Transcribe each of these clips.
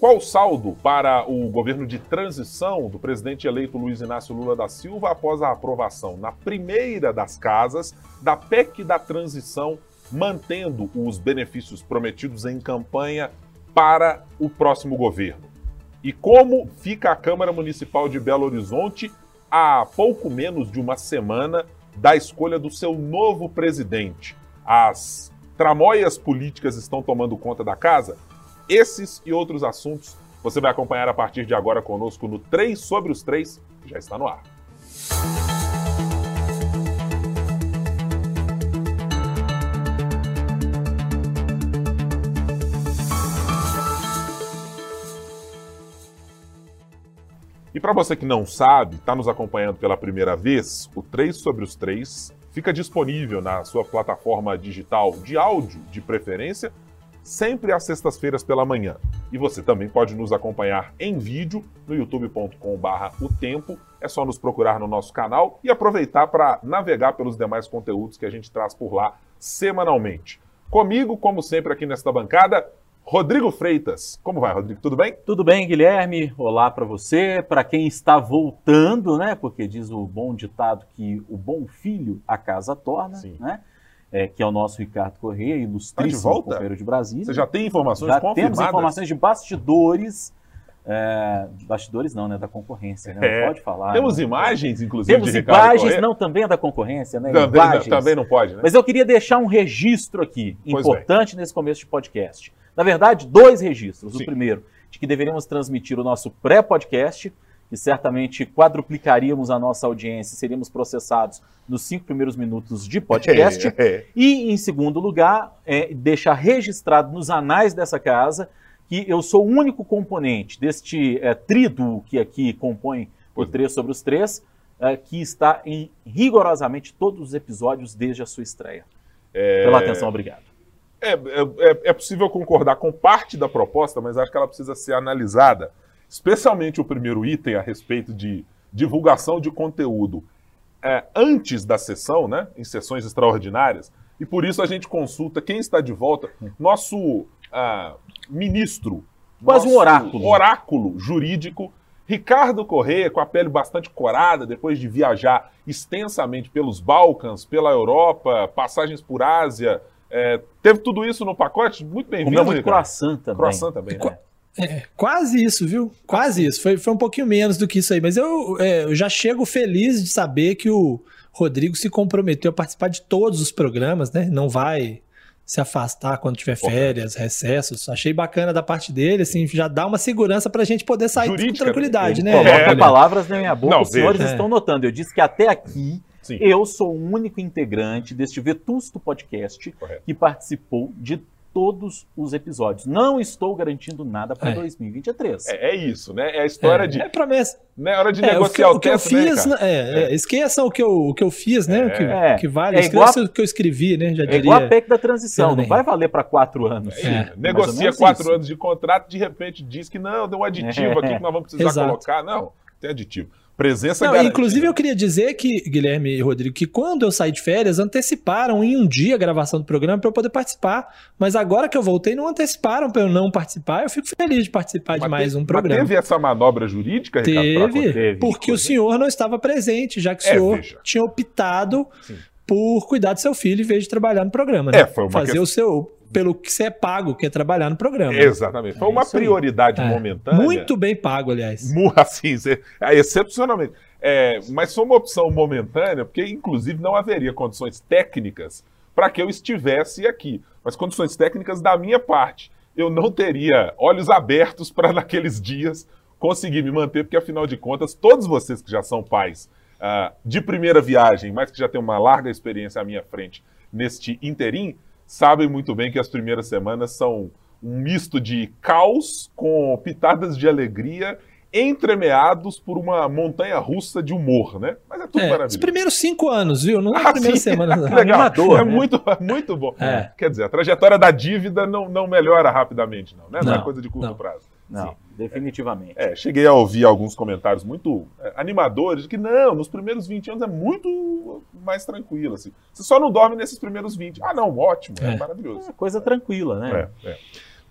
Qual o saldo para o governo de transição do presidente eleito Luiz Inácio Lula da Silva após a aprovação na primeira das casas da PEC da transição, mantendo os benefícios prometidos em campanha para o próximo governo? E como fica a Câmara Municipal de Belo Horizonte há pouco menos de uma semana da escolha do seu novo presidente? As tramóias políticas estão tomando conta da casa? Esses e outros assuntos você vai acompanhar a partir de agora conosco no 3 sobre os 3, que já está no ar. E para você que não sabe, está nos acompanhando pela primeira vez, o 3 sobre os 3 fica disponível na sua plataforma digital de áudio de preferência, sempre às sextas-feiras pela manhã. E você também pode nos acompanhar em vídeo no youtube.com/otempo. É só nos procurar no nosso canal e aproveitar para navegar pelos demais conteúdos que a gente traz por lá semanalmente. Comigo, como sempre, aqui nesta bancada, Rodrigo Freitas. Como vai, Rodrigo? Tudo bem? Tudo bem, Guilherme. Olá para você, para quem está voltando, né? Porque diz o bom ditado que o bom filho a casa torna, Sim. né? Que é o nosso Ricardo Corrêa, ilustríssimo companheiro de Brasília. Você já tem informações já confirmadas? Temos informações de bastidores. Bastidores não, né? Da concorrência, né? Não pode falar. Temos né? imagens, inclusive, Temos de Ricardo imagens, Corrêa. não, também é da concorrência, né? Também não pode, né? Mas eu queria deixar um registro aqui, Pois importante nesse começo de podcast. Na verdade, 2 registros. Sim. O primeiro, de que deveríamos transmitir o nosso pré-podcast, que certamente quadruplicaríamos a nossa audiência e seríamos processados nos 5 primeiros minutos de podcast. E, em segundo lugar, deixar registrado nos anais dessa casa que eu sou o único componente deste tríduo que aqui compõe o 3 sobre os 3, que está em rigorosamente todos os episódios desde a sua estreia. Pela atenção, obrigado. É possível concordar com parte da proposta, mas acho que ela precisa ser analisada, especialmente o primeiro item a respeito de divulgação de conteúdo antes da sessão, né, em sessões extraordinárias, e por isso a gente consulta quem está de volta, nosso ministro, quase um oráculo jurídico, Ricardo Corrêa, com a pele bastante corada, depois de viajar extensamente pelos Balcãs, pela Europa, passagens por Ásia. Teve tudo isso no pacote? Muito bem-vindo, Comeu muito croissant também. Croissant também, né? Quase isso, viu? Quase isso. Foi um pouquinho menos do que isso aí. Mas eu já chego feliz de saber que o Rodrigo se comprometeu a participar de todos os programas, né? Não vai se afastar quando tiver férias, recessos. Achei bacana da parte dele, assim, já dá uma segurança pra gente poder sair com tranquilidade, né? Coloca palavras na minha boca, Não, os senhores veja. estão notando. Eu disse que até aqui Sim. eu sou o único integrante deste vetusto podcast Correto. que participou de todos os episódios. Não estou garantindo nada para 2023. É isso, né? É a história de... É promessa. Né? Hora de negociar o que eu teto, fiz, né, esqueçam o que eu fiz, né? O que vale. Igual o que eu escrevi, né? Já É diria. igual a PEC da transição, não Fernando vai valer para 4 anos. Negocia 4 anos de contrato, de repente diz que não, tem um aditivo aqui que nós vamos precisar colocar. Não, tem aditivo. Presença garantida. Inclusive, eu queria dizer que, Guilherme e Rodrigo, que quando eu saí de férias, anteciparam em um dia a gravação do programa para eu poder participar. Mas agora que eu voltei, não anteciparam para eu não participar. Eu fico feliz de participar de mais um programa. Mas teve essa manobra jurídica, Ricardo? Teve, porque o senhor não estava presente, já que o senhor tinha optado por cuidar do seu filho em vez de trabalhar no programa. Né? Foi uma fazer o seu... pelo que você é pago, que é trabalhar no programa. Exatamente. Foi uma prioridade momentânea. Muito bem pago, aliás. Assim, excepcionalmente. Mas foi uma opção momentânea, porque, inclusive, não haveria condições técnicas para que eu estivesse aqui. Mas condições técnicas da minha parte. Eu não teria olhos abertos para, naqueles dias, conseguir me manter, porque, afinal de contas, todos vocês que já são pais de primeira viagem, mas que já têm uma larga experiência à minha frente neste interim, sabem muito bem que as primeiras semanas são um misto de caos com pitadas de alegria, entremeados por uma montanha-russa de humor, né? Mas é tudo maravilhoso. Os primeiros 5 anos, viu? Não é a primeira semana. Legal. Animador, é muito bom. Quer dizer, a trajetória da dívida não melhora rapidamente, não, né? Não é coisa de curto prazo. Não, definitivamente. Cheguei a ouvir alguns comentários muito animadores de que não, nos primeiros 20 anos é muito mais tranquilo, assim. Você só não dorme nesses primeiros 20. Ah, não, ótimo, é maravilhoso. É coisa tranquila, né?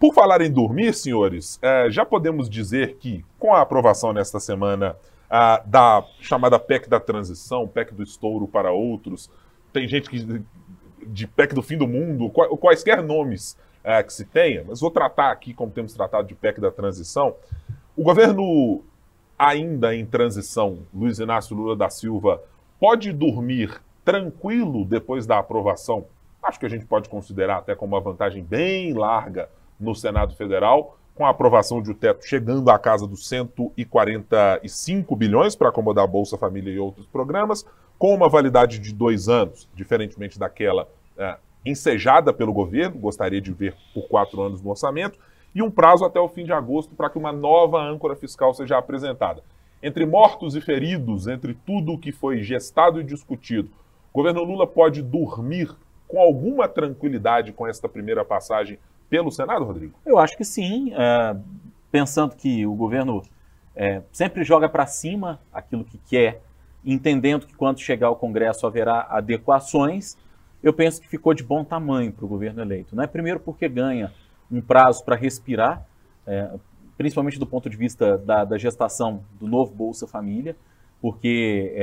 Por falar em dormir, senhores, já podemos dizer que, com a aprovação nesta semana da chamada PEC da transição, PEC do estouro para outros, tem gente que de PEC do fim do mundo, quaisquer nomes que se tenha, mas vou tratar aqui como temos tratado de PEC da transição. O governo ainda em transição, Luiz Inácio Lula da Silva, pode dormir tranquilo depois da aprovação? Acho que a gente pode considerar até como uma vantagem bem larga no Senado Federal, com a aprovação de o teto chegando à casa dos 145 bilhões para acomodar a Bolsa Família e outros programas, com uma validade de 2 anos, diferentemente daquela ensejada pelo governo, gostaria de ver por 4 anos no orçamento, e um prazo até o fim de agosto para que uma nova âncora fiscal seja apresentada. Entre mortos e feridos, entre tudo o que foi gestado e discutido, o governo Lula pode dormir com alguma tranquilidade com esta primeira passagem pelo Senado, Rodrigo? Eu acho que sim, pensando que o governo sempre joga para cima aquilo que quer, entendendo que quando chegar ao Congresso haverá adequações, eu penso que ficou de bom tamanho para o governo eleito. Não é primeiro porque ganha um prazo para respirar, principalmente do ponto de vista da gestação do novo Bolsa Família, porque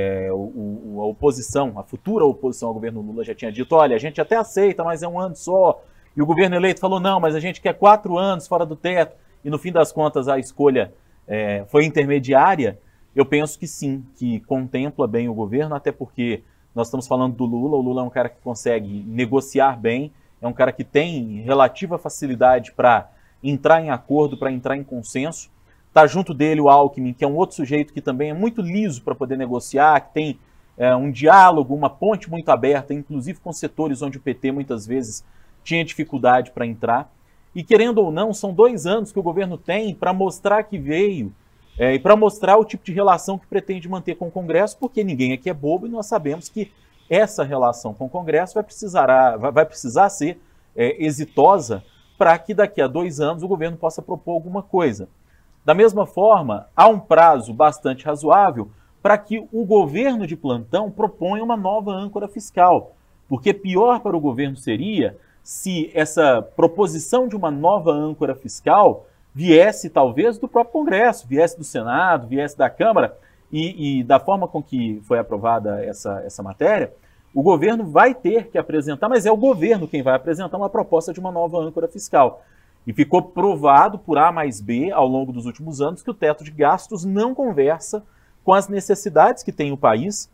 a oposição, a futura oposição ao governo Lula já tinha dito, olha, a gente até aceita, mas é 1 ano só. E o governo eleito falou, não, mas a gente quer 4 anos fora do teto. E no fim das contas a escolha foi intermediária. Eu penso que sim, que contempla bem o governo, até porque nós estamos falando do Lula. O Lula é um cara que consegue negociar bem, é um cara que tem relativa facilidade para entrar em acordo, para entrar em consenso. Está junto dele o Alckmin, que é um outro sujeito que também é muito liso para poder negociar, que tem um diálogo, uma ponte muito aberta, inclusive com setores onde o PT muitas vezes tinha dificuldade para entrar. E querendo ou não, são 2 anos que o governo tem para mostrar que veio e para mostrar o tipo de relação que pretende manter com o Congresso, porque ninguém aqui é bobo e nós sabemos que essa relação com o Congresso vai precisar ser exitosa para que daqui a 2 anos o governo possa propor alguma coisa. Da mesma forma, há um prazo bastante razoável para que o governo de plantão proponha uma nova âncora fiscal, porque pior para o governo seria se essa proposição de uma nova âncora fiscal viesse talvez do próprio Congresso, viesse do Senado, viesse da Câmara, e da forma com que foi aprovada essa matéria, o governo vai ter que apresentar, mas é o governo quem vai apresentar uma proposta de uma nova âncora fiscal. E ficou provado por A mais B, ao longo dos últimos anos, que o teto de gastos não conversa com as necessidades que tem o país.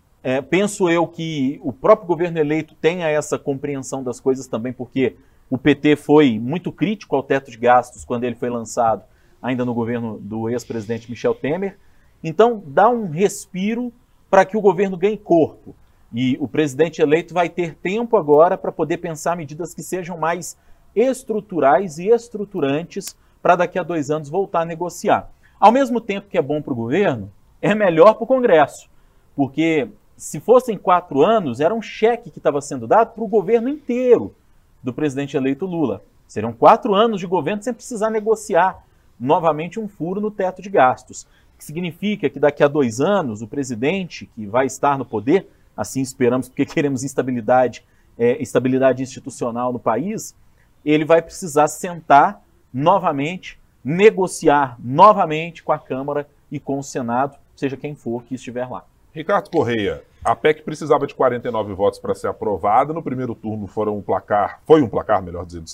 Penso eu que o próprio governo eleito tenha essa compreensão das coisas também, porque o PT foi muito crítico ao teto de gastos quando ele foi lançado, ainda no governo do ex-presidente Michel Temer. Então, dá um respiro para que o governo ganhe corpo. E o presidente eleito vai ter tempo agora para poder pensar medidas que sejam mais estruturais e estruturantes para daqui a 2 anos voltar a negociar. Ao mesmo tempo que é bom para o governo, é melhor para o Congresso, porque se fossem 4 anos, era um cheque que estava sendo dado para o governo inteiro do presidente eleito Lula. Seriam 4 anos de governo sem precisar negociar novamente um furo no teto de gastos. O que significa que daqui a 2 anos, o presidente que vai estar no poder, assim esperamos porque queremos estabilidade institucional no país, ele vai precisar sentar novamente, negociar novamente com a Câmara e com o Senado, seja quem for que estiver lá. Ricardo Correia, a PEC precisava de 49 votos para ser aprovada. No primeiro turno foi um placar, melhor dizendo,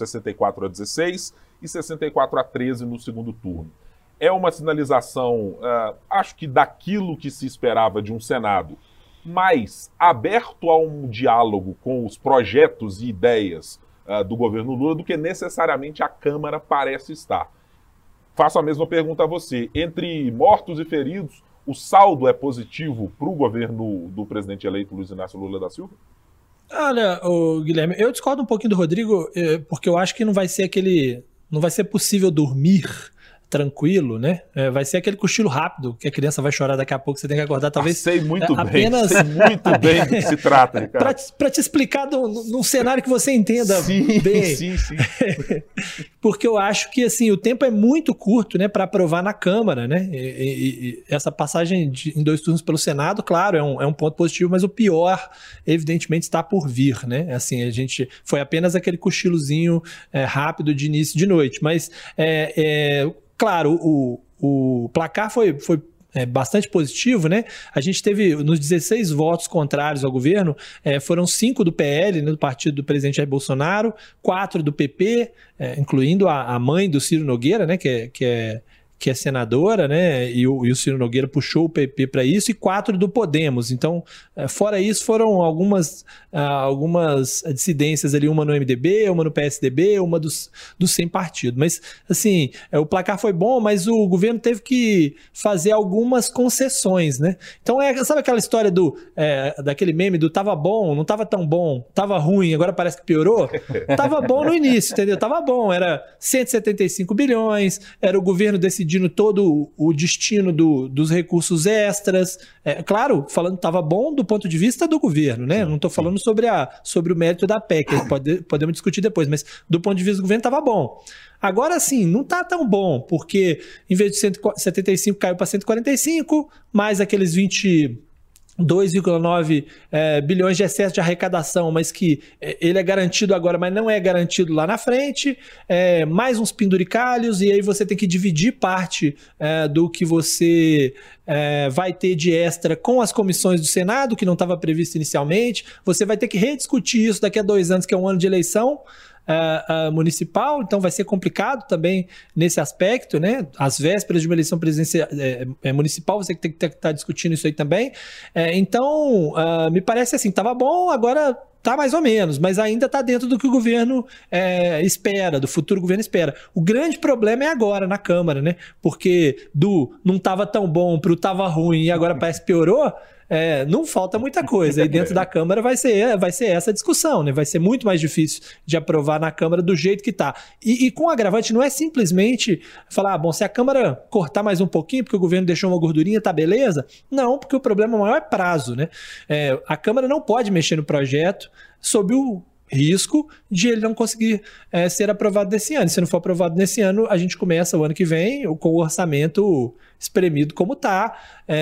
64-16 e 64-13 no segundo turno. É uma sinalização, acho que daquilo que se esperava de um Senado, mas aberto a um diálogo com os projetos e ideias do governo Lula do que necessariamente a Câmara parece estar. Faço a mesma pergunta a você. Entre mortos e feridos, o saldo é positivo para o governo do presidente eleito Luiz Inácio Lula da Silva? Olha, Guilherme, eu discordo um pouquinho do Rodrigo, porque eu acho que não vai ser possível dormir tranquilo, né? Vai ser aquele cochilo rápido, que a criança vai chorar daqui a pouco, você tem que acordar, talvez... Sei muito apenas... sei muito bem do que se trata, Ricardo. Para te explicar num cenário que você entenda bem. Sim. Porque eu acho que, assim, o tempo é muito curto, né, para aprovar na Câmara, né? E essa passagem em 2 turnos pelo Senado, claro, é um ponto positivo, mas o pior, evidentemente, está por vir, né? Assim, foi apenas aquele cochilozinho rápido de início de noite, mas... Claro, o placar foi bastante positivo, né? A gente teve, nos 16 votos contrários ao governo, foram 5 do PL, né, do partido do presidente Jair Bolsonaro, 4 do PP, incluindo a mãe do Ciro Nogueira, né, que é senadora, né? E o Ciro Nogueira puxou o PP para isso, e 4 do Podemos. Então, fora isso, foram algumas dissidências ali, uma no MDB, uma no PSDB, uma dos sem partido. Mas, assim, o placar foi bom, mas o governo teve que fazer algumas concessões, né? Então, sabe aquela história daquele meme do tava bom, não tava tão bom, tava ruim, agora parece que piorou? Tava bom no início, entendeu? Tava bom, era 175 bilhões, era o governo decidindo todo o destino dos recursos extras. Claro, falando que estava bom do ponto de vista do governo, né? Não estou falando sobre o mérito da PEC, podemos discutir depois, mas do ponto de vista do governo estava bom. Agora sim, não está tão bom, porque em vez de 175 caiu para 145, mais aqueles 2,9 bilhões de excesso de arrecadação, mas que ele é garantido agora, mas não é garantido lá na frente, mais uns penduricalhos, e aí você tem que dividir parte do que você vai ter de extra com as comissões do Senado, que não estava previsto inicialmente. Você vai ter que rediscutir isso daqui a 2 anos, que é um ano de eleição municipal, então vai ser complicado também nesse aspecto, né? Às vésperas de uma eleição presidencial municipal, você tem que estar discutindo isso aí também. Então, me parece assim, estava bom, agora tá mais ou menos, mas ainda está dentro do que o governo espera, do futuro governo espera. O grande problema é agora na Câmara, né? Porque não estava tão bom para o estava ruim e agora parece que piorou. Não falta muita coisa. Aí dentro da Câmara vai ser essa discussão, né? Vai ser muito mais difícil de aprovar na Câmara do jeito que está. E com o agravante, não é simplesmente falar, bom, se a Câmara cortar mais um pouquinho, porque o governo deixou uma gordurinha, tá beleza? Não, porque o problema maior é prazo, né? A Câmara não pode mexer no projeto sob o risco de ele não conseguir ser aprovado nesse ano. Se não for aprovado nesse ano, a gente começa o ano que vem com o orçamento espremido como está.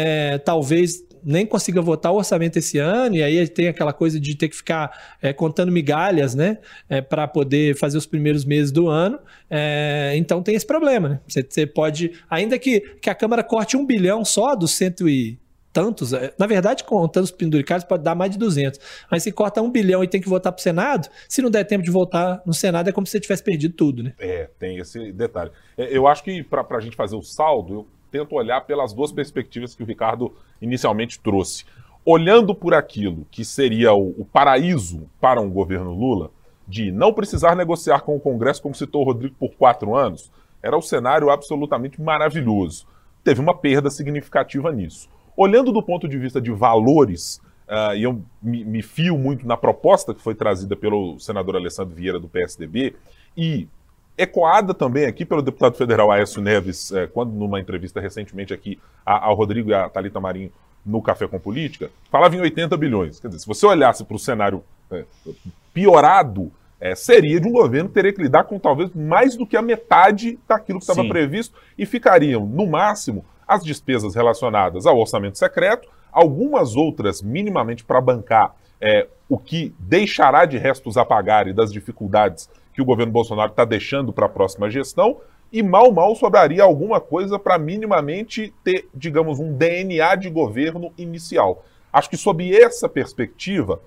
Talvez nem consiga votar o orçamento esse ano, e aí tem aquela coisa de ter que ficar contando migalhas, né, para poder fazer os primeiros meses do ano. Então tem esse problema, né? Você pode, ainda que a Câmara corte 1 bilhão só dos 100 e tantos, na verdade, contando os penduricários, pode dar mais de 200, mas se corta 1 bilhão e tem que votar para o Senado, se não der tempo de votar no Senado, é como se você tivesse perdido tudo, né? Tem esse detalhe. Eu acho que para a gente fazer o saldo, eu tento olhar pelas 2 perspectivas que o Ricardo inicialmente trouxe. Olhando por aquilo que seria o paraíso para um governo Lula, de não precisar negociar com o Congresso, como citou o Rodrigo, por 4 anos, era um cenário absolutamente maravilhoso. Teve uma perda significativa nisso. Olhando do ponto de vista de valores, e eu me fio muito na proposta que foi trazida pelo senador Alessandro Vieira, do PSDB, e ecoada também aqui pelo deputado federal Aécio Neves, quando numa entrevista recentemente aqui ao Rodrigo e à Thalita Marinho no Café com Política, falava em 80 bilhões. Quer dizer, se você olhasse para o cenário piorado, seria de um governo que teria que lidar com talvez mais do que a metade daquilo que estava previsto, e ficariam, no máximo, as despesas relacionadas ao orçamento secreto, algumas outras minimamente para bancar o que deixará de restos a pagar e das dificuldades que o governo Bolsonaro está deixando para a próxima gestão, e mal sobraria alguma coisa para minimamente ter, digamos, um DNA de governo inicial. Acho que sob essa perspectiva,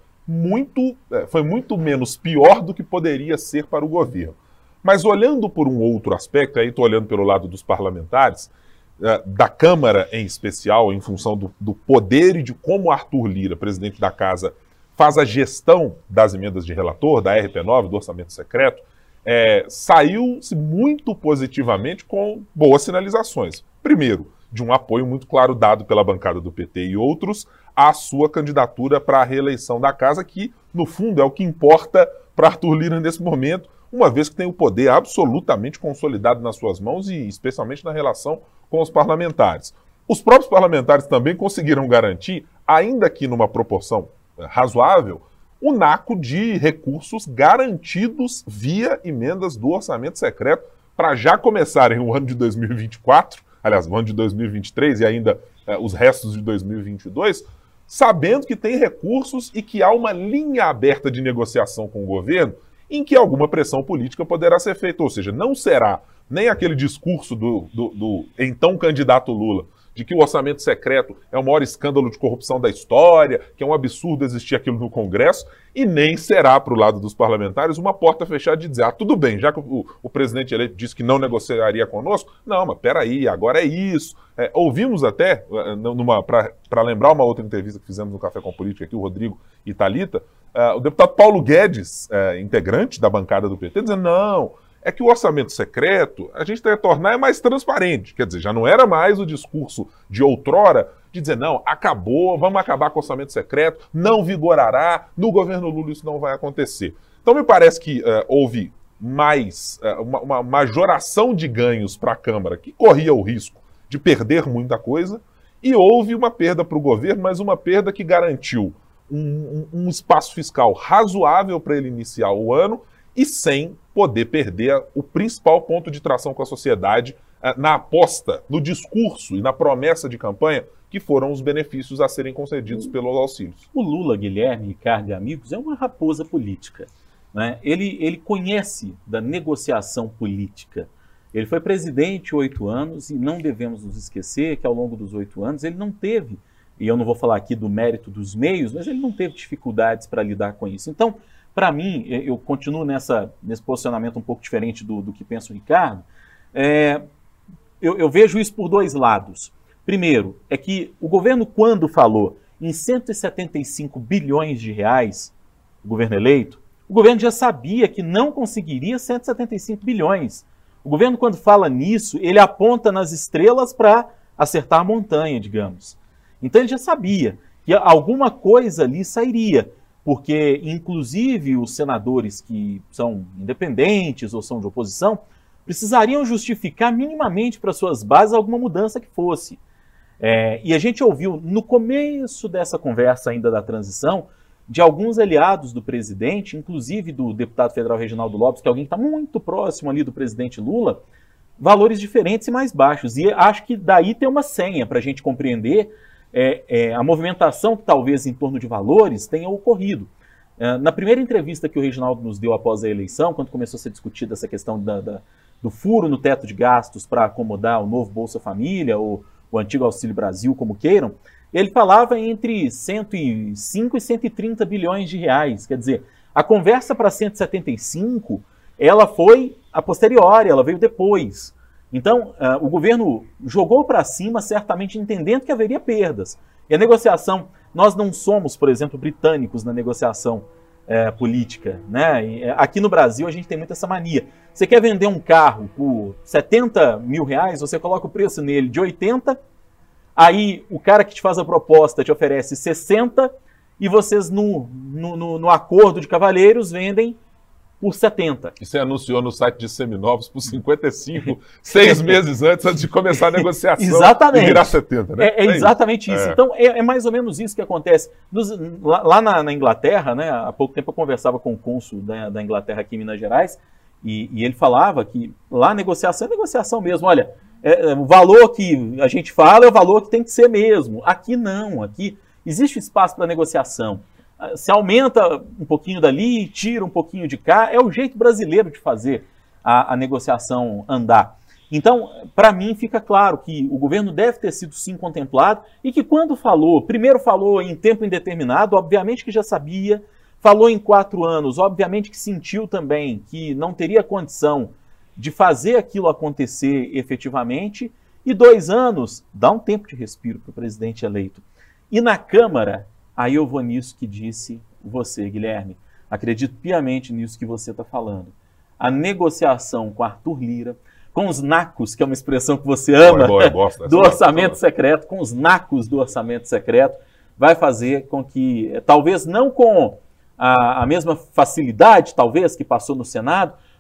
foi muito menos pior do que poderia ser para o governo. Mas olhando por um outro aspecto, aí estou olhando pelo lado dos parlamentares, da Câmara em especial, em função do poder e de como Arthur Lira, presidente da Casa, faz a gestão das emendas de relator, da RP9, do orçamento secreto, saiu-se muito positivamente com boas sinalizações. Primeiro, de um apoio muito claro dado pela bancada do PT e outros à sua candidatura para a reeleição da Casa, que, no fundo, é o que importa para Arthur Lira nesse momento, uma vez que tem o poder absolutamente consolidado nas suas mãos e especialmente na relação com os parlamentares. Os próprios parlamentares também conseguiram garantir, ainda que numa proporção razoável, o naco de recursos garantidos via emendas do orçamento secreto para já começarem o ano de 2024, aliás, o ano de 2023 e ainda os restos de 2022, sabendo que tem recursos e que há uma linha aberta de negociação com o governo em que alguma pressão política poderá ser feita. Ou seja, não será nem aquele discurso do então candidato Lula de que o orçamento secreto é o maior escândalo de corrupção da história, que é um absurdo existir aquilo no Congresso, e nem será, para o lado dos parlamentares, uma porta fechada de dizer, tudo bem, já que o presidente eleito disse que não negociaria conosco, não, mas peraí, agora é isso. Ouvimos até, para lembrar uma outra entrevista que fizemos no Café com Política aqui, o Rodrigo e Thalita, o deputado Paulo Guedes, integrante da bancada do PT, dizendo, não, é que o orçamento secreto, a gente tem que tornar mais transparente. Quer dizer, já não era mais o discurso de outrora de dizer, não, acabou, vamos acabar com o orçamento secreto, não vigorará, no governo Lula isso não vai acontecer. Então me parece que houve mais uma majoração de ganhos para a Câmara, que corria o risco de perder muita coisa, e houve uma perda para o governo, mas uma perda que garantiu um espaço fiscal razoável para ele iniciar o ano, e sem poder perder o principal ponto de tração com a sociedade na aposta, no discurso e na promessa de campanha, que foram os benefícios a serem concedidos pelos auxílios. O Lula, Guilherme, Ricardo e amigos, é uma raposa política, né? Ele conhece da negociação política. Ele foi presidente 8 anos e não devemos nos esquecer que ao longo dos 8 anos ele não teve, e eu não vou falar aqui do mérito dos meios, mas ele não teve dificuldades para lidar com isso. Então, para mim, eu continuo nesse posicionamento um pouco diferente do que pensa o Ricardo. Eu vejo isso por dois lados. Primeiro, é que o governo, quando falou em 175 bilhões de reais, o governo eleito, o governo já sabia que não conseguiria 175 bilhões. O governo, quando fala nisso, ele aponta nas estrelas para acertar a montanha, digamos. Então ele já sabia que alguma coisa ali sairia. Porque, inclusive, os senadores que são independentes ou são de oposição precisariam justificar minimamente para suas bases alguma mudança que fosse. E a gente ouviu, no começo dessa conversa ainda da transição, de alguns aliados do presidente, inclusive do deputado federal Reginaldo Lopes, que é alguém que está muito próximo ali do presidente Lula, valores diferentes e mais baixos. E acho que daí tem uma senha para a gente compreender a movimentação que talvez em torno de valores tenha ocorrido. Na primeira entrevista que o Reginaldo nos deu após a eleição, quando começou a ser discutida essa questão do furo no teto de gastos para acomodar o novo Bolsa Família ou o antigo Auxílio Brasil, como queiram, ele falava entre 105 e 130 bilhões de reais. Quer dizer, a conversa para 175, ela foi a posteriori, ela veio depois. Então, o governo jogou para cima, certamente entendendo que haveria perdas. E a negociação, nós não somos, por exemplo, britânicos na negociação política, né? E, aqui no Brasil a gente tem muito essa mania. Você quer vender um carro por 70 mil reais, você coloca o preço nele de 80, aí o cara que te faz a proposta te oferece 60 e vocês no acordo de cavalheiros vendem por 70. E você anunciou no site de seminovos por 55, 6 meses antes de começar a negociação. Exatamente. E virar 70, né? É exatamente isso. Então, é mais ou menos isso que acontece. Lá na Inglaterra, né, há pouco tempo eu conversava com o cônsul da Inglaterra aqui em Minas Gerais, e ele falava que lá a negociação é negociação mesmo. Olha, o valor que a gente fala é o valor que tem que ser mesmo. Aqui não, aqui existe espaço para negociação. Se aumenta um pouquinho dali, tira um pouquinho de cá, é o jeito brasileiro de fazer a negociação andar. Então, para mim, fica claro que o governo deve ter sido sim contemplado e que quando primeiro falou em tempo indeterminado, obviamente que já sabia, falou em 4 anos, obviamente que sentiu também que não teria condição de fazer aquilo acontecer efetivamente, e 2 anos dá um tempo de respiro para o presidente eleito. E na Câmara, aí eu vou nisso que disse você, Guilherme. Acredito piamente nisso que você está falando. A negociação com Arthur Lira, com os nacos, que é uma expressão que você ama, do orçamento secreto, com os nacos do orçamento secreto, vai fazer com que, talvez não com a mesma facilidade, talvez, que passou no Senado,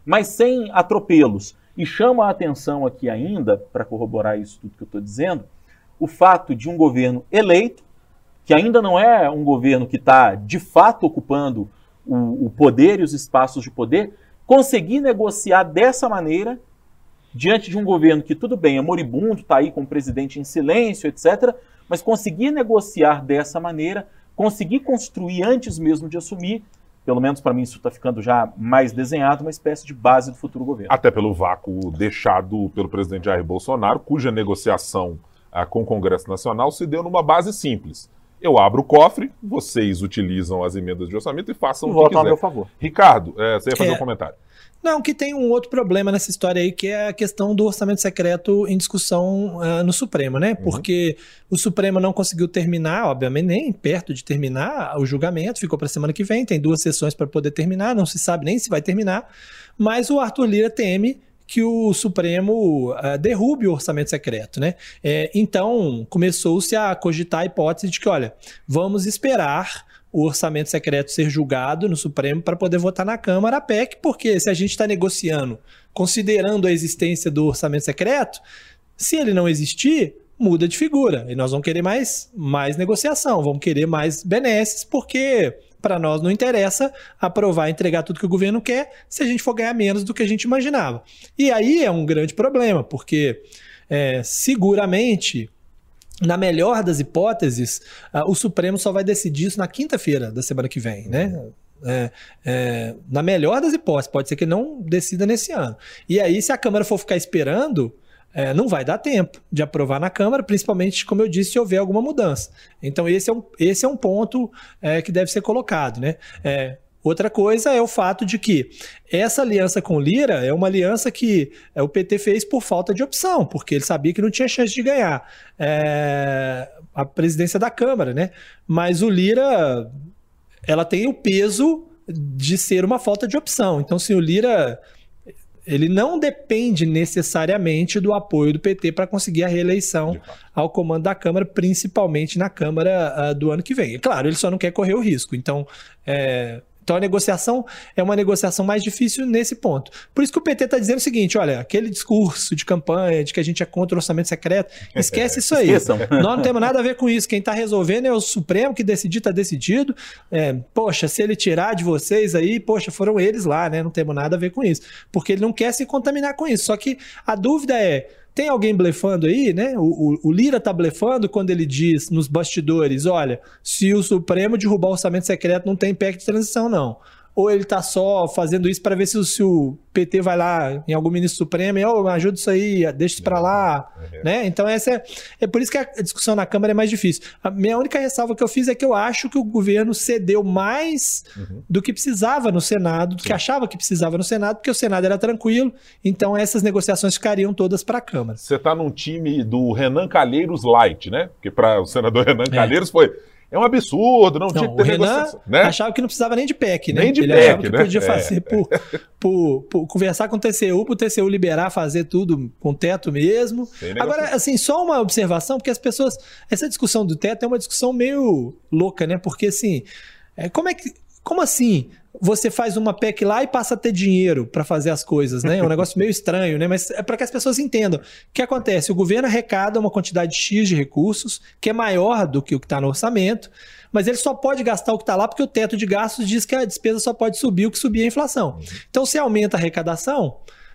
mas sem atropelos. E chama a atenção aqui ainda, para corroborar isso tudo que eu estou dizendo, o fato de um governo eleito, que ainda não é um governo que está de fato ocupando o poder e os espaços de poder, conseguir negociar dessa maneira, diante de um governo que, tudo bem, é moribundo, está aí com o presidente em silêncio, etc., mas conseguir negociar dessa maneira, conseguir construir antes mesmo de assumir, pelo menos para mim isso está ficando já mais desenhado, uma espécie de base do futuro governo. Até pelo vácuo deixado pelo presidente Jair Bolsonaro, cuja negociação com o Congresso Nacional se deu numa base simples. Eu abro o cofre, vocês utilizam as emendas de orçamento e façam o que quiser. Votam a meu favor. Ricardo, você ia fazer um comentário. Não, que tem um outro problema nessa história aí, que é a questão do orçamento secreto em discussão no Supremo, né? Porque o Supremo não conseguiu terminar, obviamente, nem perto de terminar o julgamento, ficou para a semana que vem, tem 2 sessões para poder terminar, não se sabe nem se vai terminar, mas o Arthur Lira teme que o Supremo derrube o orçamento secreto, né? Então, começou-se a cogitar a hipótese de que, olha, vamos esperar o orçamento secreto ser julgado no Supremo para poder votar na Câmara a PEC, porque se a gente está negociando, considerando a existência do orçamento secreto, se ele não existir, muda de figura. E nós vamos querer mais negociação, vamos querer mais benesses, porque para nós não interessa aprovar e entregar tudo que o governo quer se a gente for ganhar menos do que a gente imaginava. E aí é um grande problema, porque seguramente, na melhor das hipóteses, o Supremo só vai decidir isso na quinta-feira da semana que vem, né? Na melhor das hipóteses, pode ser que não decida nesse ano. E aí, se a Câmara for ficar esperando, não vai dar tempo de aprovar na Câmara, principalmente, como eu disse, se houver alguma mudança. Então, esse é um ponto que deve ser colocado, né? Outra coisa é o fato de que essa aliança com o Lira é uma aliança que o PT fez por falta de opção, porque ele sabia que não tinha chance de ganhar a presidência da Câmara, né? Mas o Lira, ela tem o peso de ser uma falta de opção. Então, se o Lira, ele não depende necessariamente do apoio do PT para conseguir a reeleição ao comando da Câmara, principalmente na Câmara do ano que vem. E, claro, ele só não quer correr o risco. Então, a negociação é uma negociação mais difícil nesse ponto. Por isso que o PT está dizendo o seguinte, olha, aquele discurso de campanha de que a gente é contra o orçamento secreto, esquece isso aí. Esqueçam. Nós não temos nada a ver com isso. Quem está resolvendo é o Supremo, que decidir está decidido. Poxa, se ele tirar de vocês aí, poxa, foram eles lá, né? Não temos nada a ver com isso. Porque ele não quer se contaminar com isso. Só que a dúvida é, tem alguém blefando aí, né? O Lira tá blefando quando ele diz nos bastidores, olha, se o Supremo derrubar o orçamento secreto não tem PEC de transição, não. Ou ele tá só fazendo isso para ver se o PT vai lá em algum ministro supremo e me ajuda isso aí, deixa isso para lá, né? Então essa é por isso que a discussão na Câmara é mais difícil. A minha única ressalva que eu fiz é que eu acho que o governo cedeu mais do que precisava no Senado, do que achava que precisava no Senado, porque o Senado era tranquilo, então essas negociações ficariam todas para a Câmara. Você tá num time do Renan Calheiros light, né? Porque para o senador Renan Calheiros foi... É um absurdo, não tinha que ter negociação. Né? Achava que não precisava nem de PEC, né? Nem de ele PEC, achava que né? podia fazer por conversar com o TCU, para o TCU liberar, fazer tudo com teto mesmo. Agora, assim, só uma observação, porque as pessoas... Essa discussão do teto é uma discussão meio louca, né? Porque, assim, como assim você faz uma PEC lá e passa a ter dinheiro para fazer as coisas, né? É um negócio meio estranho, né? Mas é para que as pessoas entendam. O que acontece? O governo arrecada uma quantidade X de recursos, que é maior do que o que está no orçamento, mas ele só pode gastar o que está lá porque o teto de gastos diz que a despesa só pode subir o que subir a inflação. Então, se aumenta a arrecadação,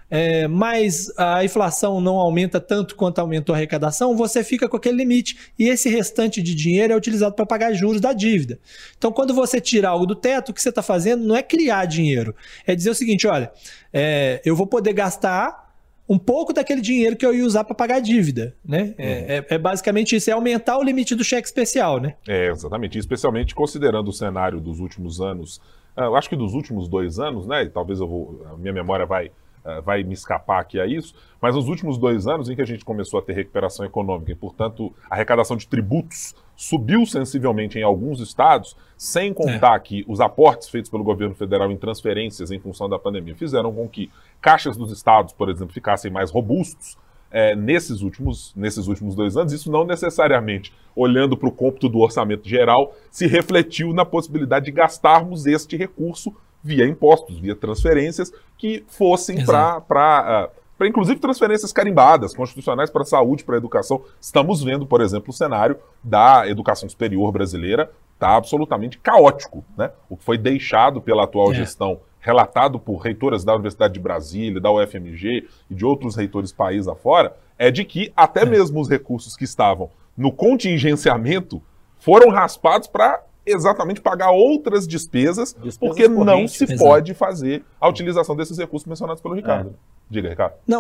mas a inflação não aumenta tanto quanto aumentou a arrecadação, você fica com aquele limite. E esse restante de dinheiro é utilizado para pagar juros da dívida. Então, quando você tira algo do teto, o que você está fazendo não é criar dinheiro. É dizer o seguinte, olha, eu vou poder gastar um pouco daquele dinheiro que eu ia usar para pagar a dívida, né? É basicamente isso, é aumentar o limite do cheque especial, né? Exatamente, especialmente considerando o cenário dos últimos anos, eu acho que dos últimos 2 anos, né? E talvez a minha memória vai me escapar aqui a isso, mas nos últimos 2 anos em que a gente começou a ter recuperação econômica e, portanto, a arrecadação de tributos subiu sensivelmente em alguns estados, sem contar que os aportes feitos pelo governo federal em transferências em função da pandemia fizeram com que caixas dos estados, por exemplo, ficassem mais robustos nesses últimos 2 anos. Isso não necessariamente, olhando para o cômputo do orçamento geral, se refletiu na possibilidade de gastarmos este recurso via impostos, via transferências que fossem para inclusive transferências carimbadas, constitucionais para a saúde, para a educação. Estamos vendo, por exemplo, o cenário da educação superior brasileira está absolutamente caótico, né? O que foi deixado pela atual gestão, relatado por reitoras da Universidade de Brasília, da UFMG e de outros reitores país afora, é de que até mesmo os recursos que estavam no contingenciamento foram raspados para exatamente pagar outras despesas porque não se pode fazer a utilização desses recursos mencionados pelo Ricardo. Diga, Ricardo. Não,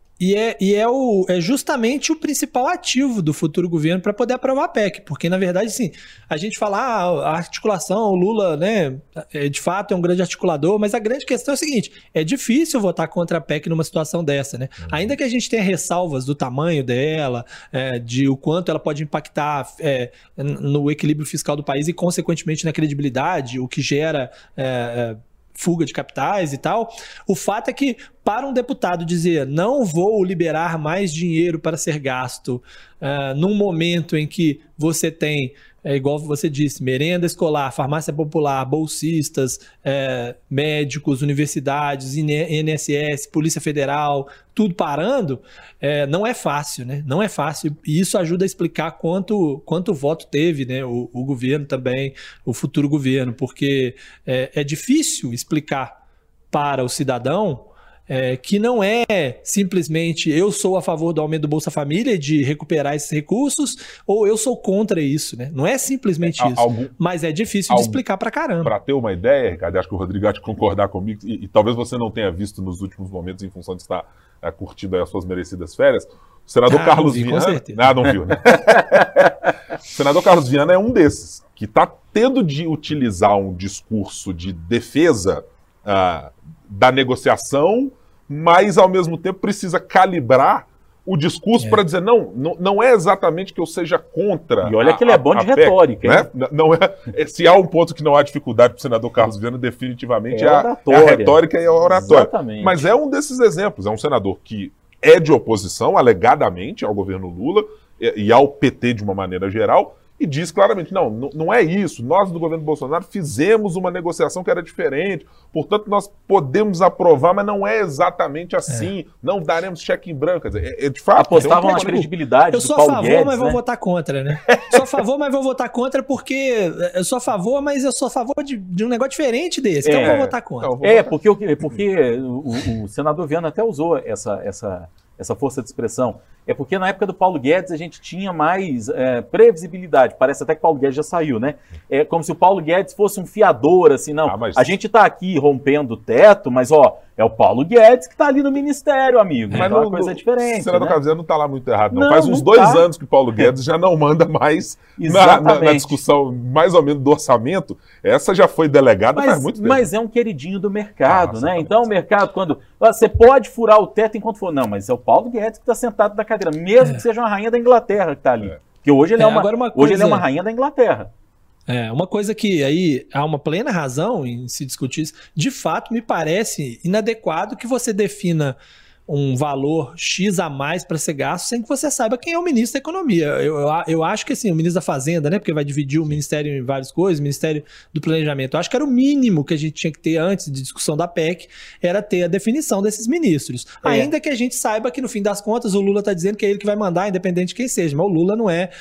é justamente o principal ativo do futuro governo para poder aprovar a PEC, porque, na verdade, assim, a gente fala a articulação, o Lula, né, de fato é um grande articulador, mas a grande questão é o seguinte, é difícil votar contra a PEC numa situação dessa, né? Ainda que a gente tenha ressalvas do tamanho dela, de o quanto ela pode impactar no equilíbrio fiscal do país e, consequentemente, na credibilidade, o que gera fuga de capitais e tal, o fato é que para um deputado dizer não vou liberar mais dinheiro para ser gasto num momento em que você tem, igual você disse, merenda escolar, farmácia popular, bolsistas, médicos, universidades, INSS, Polícia Federal, tudo parando, não é fácil, né? Não é fácil. E isso ajuda a explicar quanto voto teve, né? O governo também, o futuro governo, porque é difícil explicar para o cidadão que não é simplesmente eu sou a favor do aumento do Bolsa Família e de recuperar esses recursos, ou eu sou contra isso, né? Não é simplesmente isso, mas é difícil de explicar pra caramba. Para ter uma ideia, Ricardo, acho que o Rodrigo vai concordar comigo, e talvez você não tenha visto nos últimos momentos, em função de estar curtindo as suas merecidas férias, o senador Carlos Viana... Com certeza. Não viu, né? O senador Carlos Viana é um desses, que está tendo de utilizar um discurso de defesa da negociação, mas ao mesmo tempo precisa calibrar o discurso para dizer, não é exatamente que eu seja contra. E olha que ele é bom de PEC, retórica, né? Não se há um ponto que não há dificuldade para o senador Carlos Viana, definitivamente é a retórica e a oratória. Exatamente. Mas é um desses exemplos, é um senador que é de oposição, alegadamente, ao governo Lula e ao PT de uma maneira geral, e diz claramente, não é isso, nós do governo Bolsonaro fizemos uma negociação que era diferente, portanto nós podemos aprovar, mas não é exatamente assim, não daremos cheque em branco, quer dizer, de fato... Apostavam na credibilidade do Paulo Guedes, Eu sou a favor, mas vou votar contra, né? Sou a favor, mas vou votar contra porque eu sou a favor, mas eu sou a favor de um negócio diferente desse, então eu vou votar contra. Porque o senador Viana até usou essa força de expressão. É porque na época do Paulo Guedes a gente tinha mais previsibilidade. Parece até que o Paulo Guedes já saiu, né? É como se o Paulo Guedes fosse um fiador, assim, não. A gente tá aqui rompendo o teto, mas é o Paulo Guedes que tá ali no ministério, amigo. Mas é uma coisa diferente. O senador Carlos Viana não tá lá muito errado, não. Faz uns 2 anos que o Paulo Guedes já não manda mais na discussão, mais ou menos, do orçamento. Essa já foi delegada faz muito tempo. Mas é um queridinho do mercado, né? Então o mercado, quando você pode furar o teto enquanto for. Não, mas é o Paulo Guedes que tá sentado na cadeira, mesmo que seja uma rainha da Inglaterra que está ali. Porque hoje ele hoje ele é uma rainha da Inglaterra. Uma coisa que aí há uma plena razão em se discutir isso. De fato, me parece inadequado que você defina um valor X a mais para ser gasto sem que você saiba quem é o ministro da Economia. Eu acho que assim, o ministro da Fazenda, né, porque vai dividir o ministério em várias coisas, o Ministério do Planejamento, eu acho que era o mínimo que a gente tinha que ter antes de discussão da PEC, era ter a definição desses ministros. Ainda que a gente saiba que no fim das contas o Lula está dizendo que é ele que vai mandar, independente de quem seja, mas o Lula não é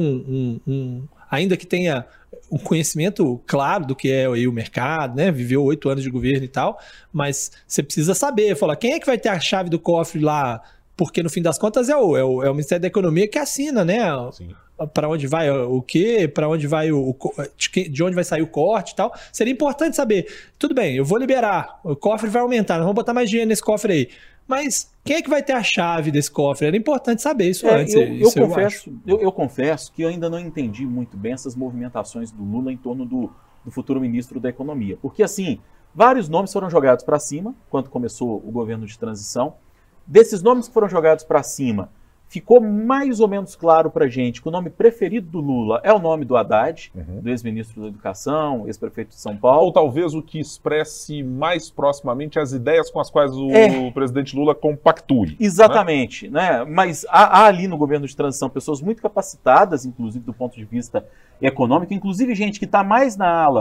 ainda que tenha um conhecimento claro do que é aí o mercado, né? Viveu 8 anos de governo e tal, mas você precisa saber, falar, quem é que vai ter a chave do cofre lá? Porque no fim das contas é o Ministério da Economia que assina, né? Para onde vai o quê? Para onde vai de onde vai sair o corte e tal. Seria importante saber, tudo bem, eu vou liberar, o cofre vai aumentar, nós vamos botar mais dinheiro nesse cofre aí. Mas quem é que vai ter a chave desse cofre? Era importante saber isso antes. Eu confesso que eu ainda não entendi muito bem essas movimentações do Lula em torno do futuro ministro da Economia. Porque, assim, vários nomes foram jogados para cima quando começou o governo de transição. Desses nomes que foram jogados para cima, ficou mais ou menos claro para a gente que o nome preferido do Lula é o nome do Haddad, do ex-ministro da Educação, ex-prefeito de São Paulo. Ou talvez o que expresse mais proximamente as ideias com as quais o presidente Lula compactue. Exatamente, né? Mas há ali no governo de transição pessoas muito capacitadas, inclusive do ponto de vista econômico, inclusive gente que está mais na ala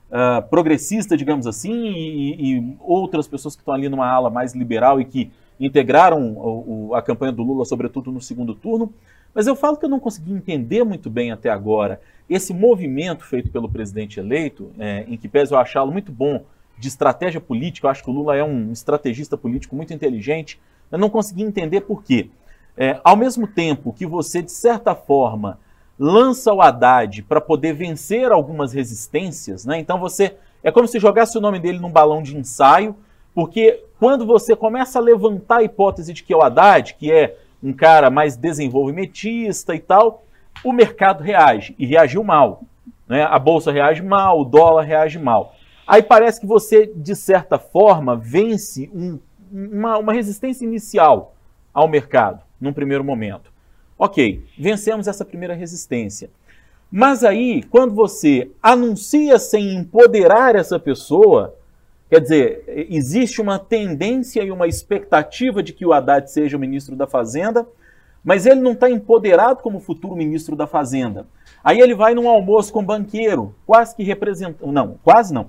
progressista, digamos assim, e outras pessoas que estão ali numa ala mais liberal e que integraram a campanha do Lula, sobretudo no segundo turno. Mas eu falo que eu não consegui entender muito bem até agora esse movimento feito pelo presidente eleito, em que pese eu achá-lo muito bom de estratégia política. Eu acho que o Lula é um estrategista político muito inteligente. Eu não consegui entender por quê. Ao mesmo tempo que você, de certa forma, lança o Haddad para poder vencer algumas resistências, né? Então é como se jogasse o nome dele num balão de ensaio, porque quando você começa a levantar a hipótese de que é o Haddad, que é um cara mais desenvolvimentista e tal, o mercado reage, e reagiu mal, né? A bolsa reage mal, o dólar reage mal. Aí parece que você, de certa forma, vence uma resistência inicial ao mercado, num primeiro momento. Ok, vencemos essa primeira resistência. Mas aí, quando você anuncia sem empoderar essa pessoa, quer dizer, existe uma tendência e uma expectativa de que o Haddad seja o ministro da Fazenda, mas ele não está empoderado como futuro ministro da Fazenda. Aí ele vai num almoço com banqueiro, quase que representando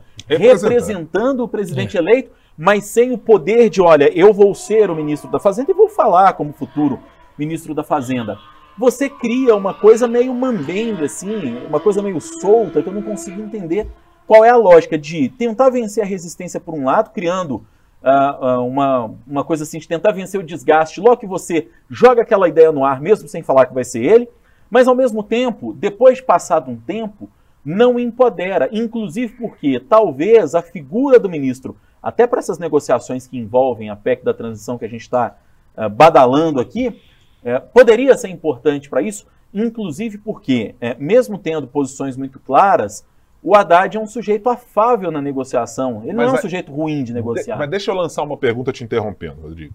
o presidente eleito, mas sem o poder de, olha, eu vou ser o ministro da Fazenda e vou falar como futuro ministro da Fazenda. Você cria uma coisa meio mambembe, assim, uma coisa meio solta, que eu não consigo entender qual é a lógica de tentar vencer a resistência por um lado, criando uma coisa assim, de tentar vencer o desgaste, logo que você joga aquela ideia no ar, mesmo sem falar que vai ser ele, mas ao mesmo tempo, depois de passado um tempo, não empodera, inclusive porque talvez a figura do ministro, até para essas negociações que envolvem a PEC da transição que a gente está badalando aqui, poderia ser importante para isso, inclusive porque, mesmo tendo posições muito claras, o Haddad é um sujeito afável na negociação. Ele não é um sujeito ruim de negociar. Mas deixa eu lançar uma pergunta te interrompendo, Rodrigo.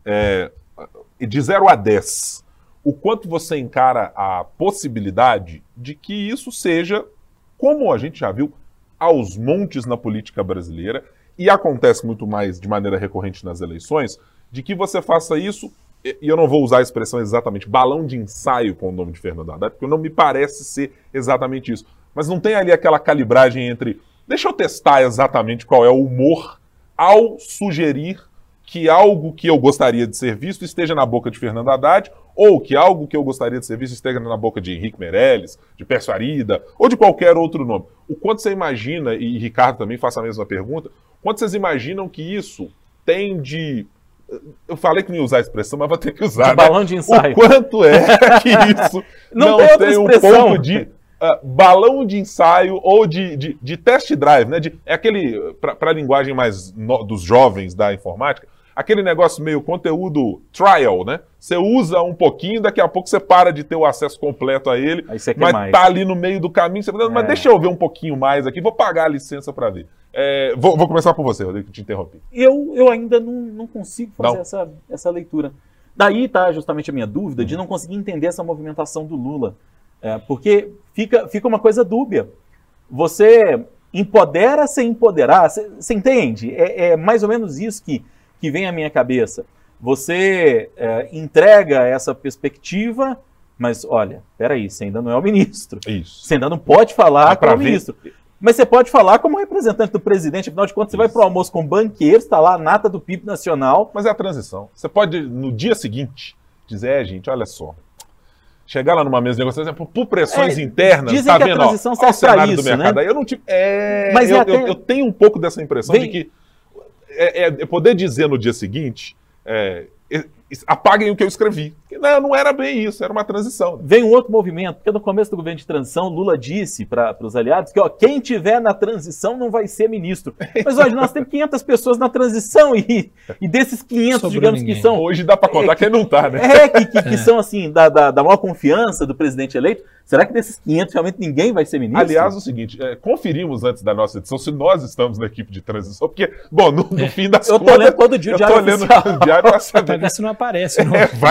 De 0 a 10, o quanto você encara a possibilidade de que isso seja, como a gente já viu, aos montes na política brasileira, e acontece muito mais de maneira recorrente nas eleições, de que você faça isso, e eu não vou usar a expressão exatamente balão de ensaio com o nome de Fernando Haddad, porque não me parece ser exatamente isso. Mas não tem ali aquela calibragem entre, deixa eu testar exatamente qual é o humor ao sugerir que algo que eu gostaria de ser visto esteja na boca de Fernando Haddad, ou que algo que eu gostaria de ser visto esteja na boca de Henrique Meirelles, de Pércio Arida, ou de qualquer outro nome. O quanto você imagina, e Ricardo também faça a mesma pergunta, quanto vocês imaginam que isso tem de... Eu falei que não ia usar a expressão, mas vou ter que usar. De balão de ensaio. O quanto é que isso não tem um pouco de balão de ensaio ou de test drive, né? É aquele, para a linguagem mais dos jovens da informática, aquele negócio meio conteúdo trial, né? Você usa um pouquinho, daqui a pouco você para de ter o acesso completo a ele, aí você mas mais. Tá ali no meio do caminho, você fala, mas deixa eu ver um pouquinho mais aqui, vou pagar a licença para ver. Vou começar por você, Rodrigo, que te interrompi. Eu ainda não consigo fazer essa leitura. Daí tá justamente a minha dúvida de não conseguir entender essa movimentação do Lula. Porque fica uma coisa dúbia. Você empodera sem empoderar. Você entende? É mais ou menos isso que vem à minha cabeça. Você entrega essa perspectiva, mas olha, peraí, você ainda não é o ministro. Isso. Você ainda não pode falar como ministro. Mas você pode falar como representante do presidente, afinal de contas, você vai para o almoço com banqueiros, está lá a nata do PIB nacional. Mas é a transição. Você pode, no dia seguinte, dizer, gente, olha só, chegar lá numa mesa de negociação, por pressões internas, dizem tá que vendo? A transição serve para isso, do mercado. né? Aí eu não tive. Mas eu tenho um pouco dessa impressão de que poder dizer no dia seguinte, apaguem o que eu escrevi. Não era bem isso, era uma transição. Vem um outro movimento, porque no começo do governo de transição, Lula disse para os aliados que quem tiver na transição não vai ser ministro. Mas hoje nós temos 500 pessoas na transição e desses 500, digamos que são... Hoje dá para contar quem não está, né? Que são assim, da maior confiança do presidente eleito. Será que desses 500 realmente ninguém vai ser ministro? Aliás, o seguinte, conferimos antes da nossa edição se nós estamos na equipe de transição, porque, bom, no fim das contas... Eu tô lendo todo dia o Diário Oficial. O Diário para saber. Pra ver se não aparece. Não. Mas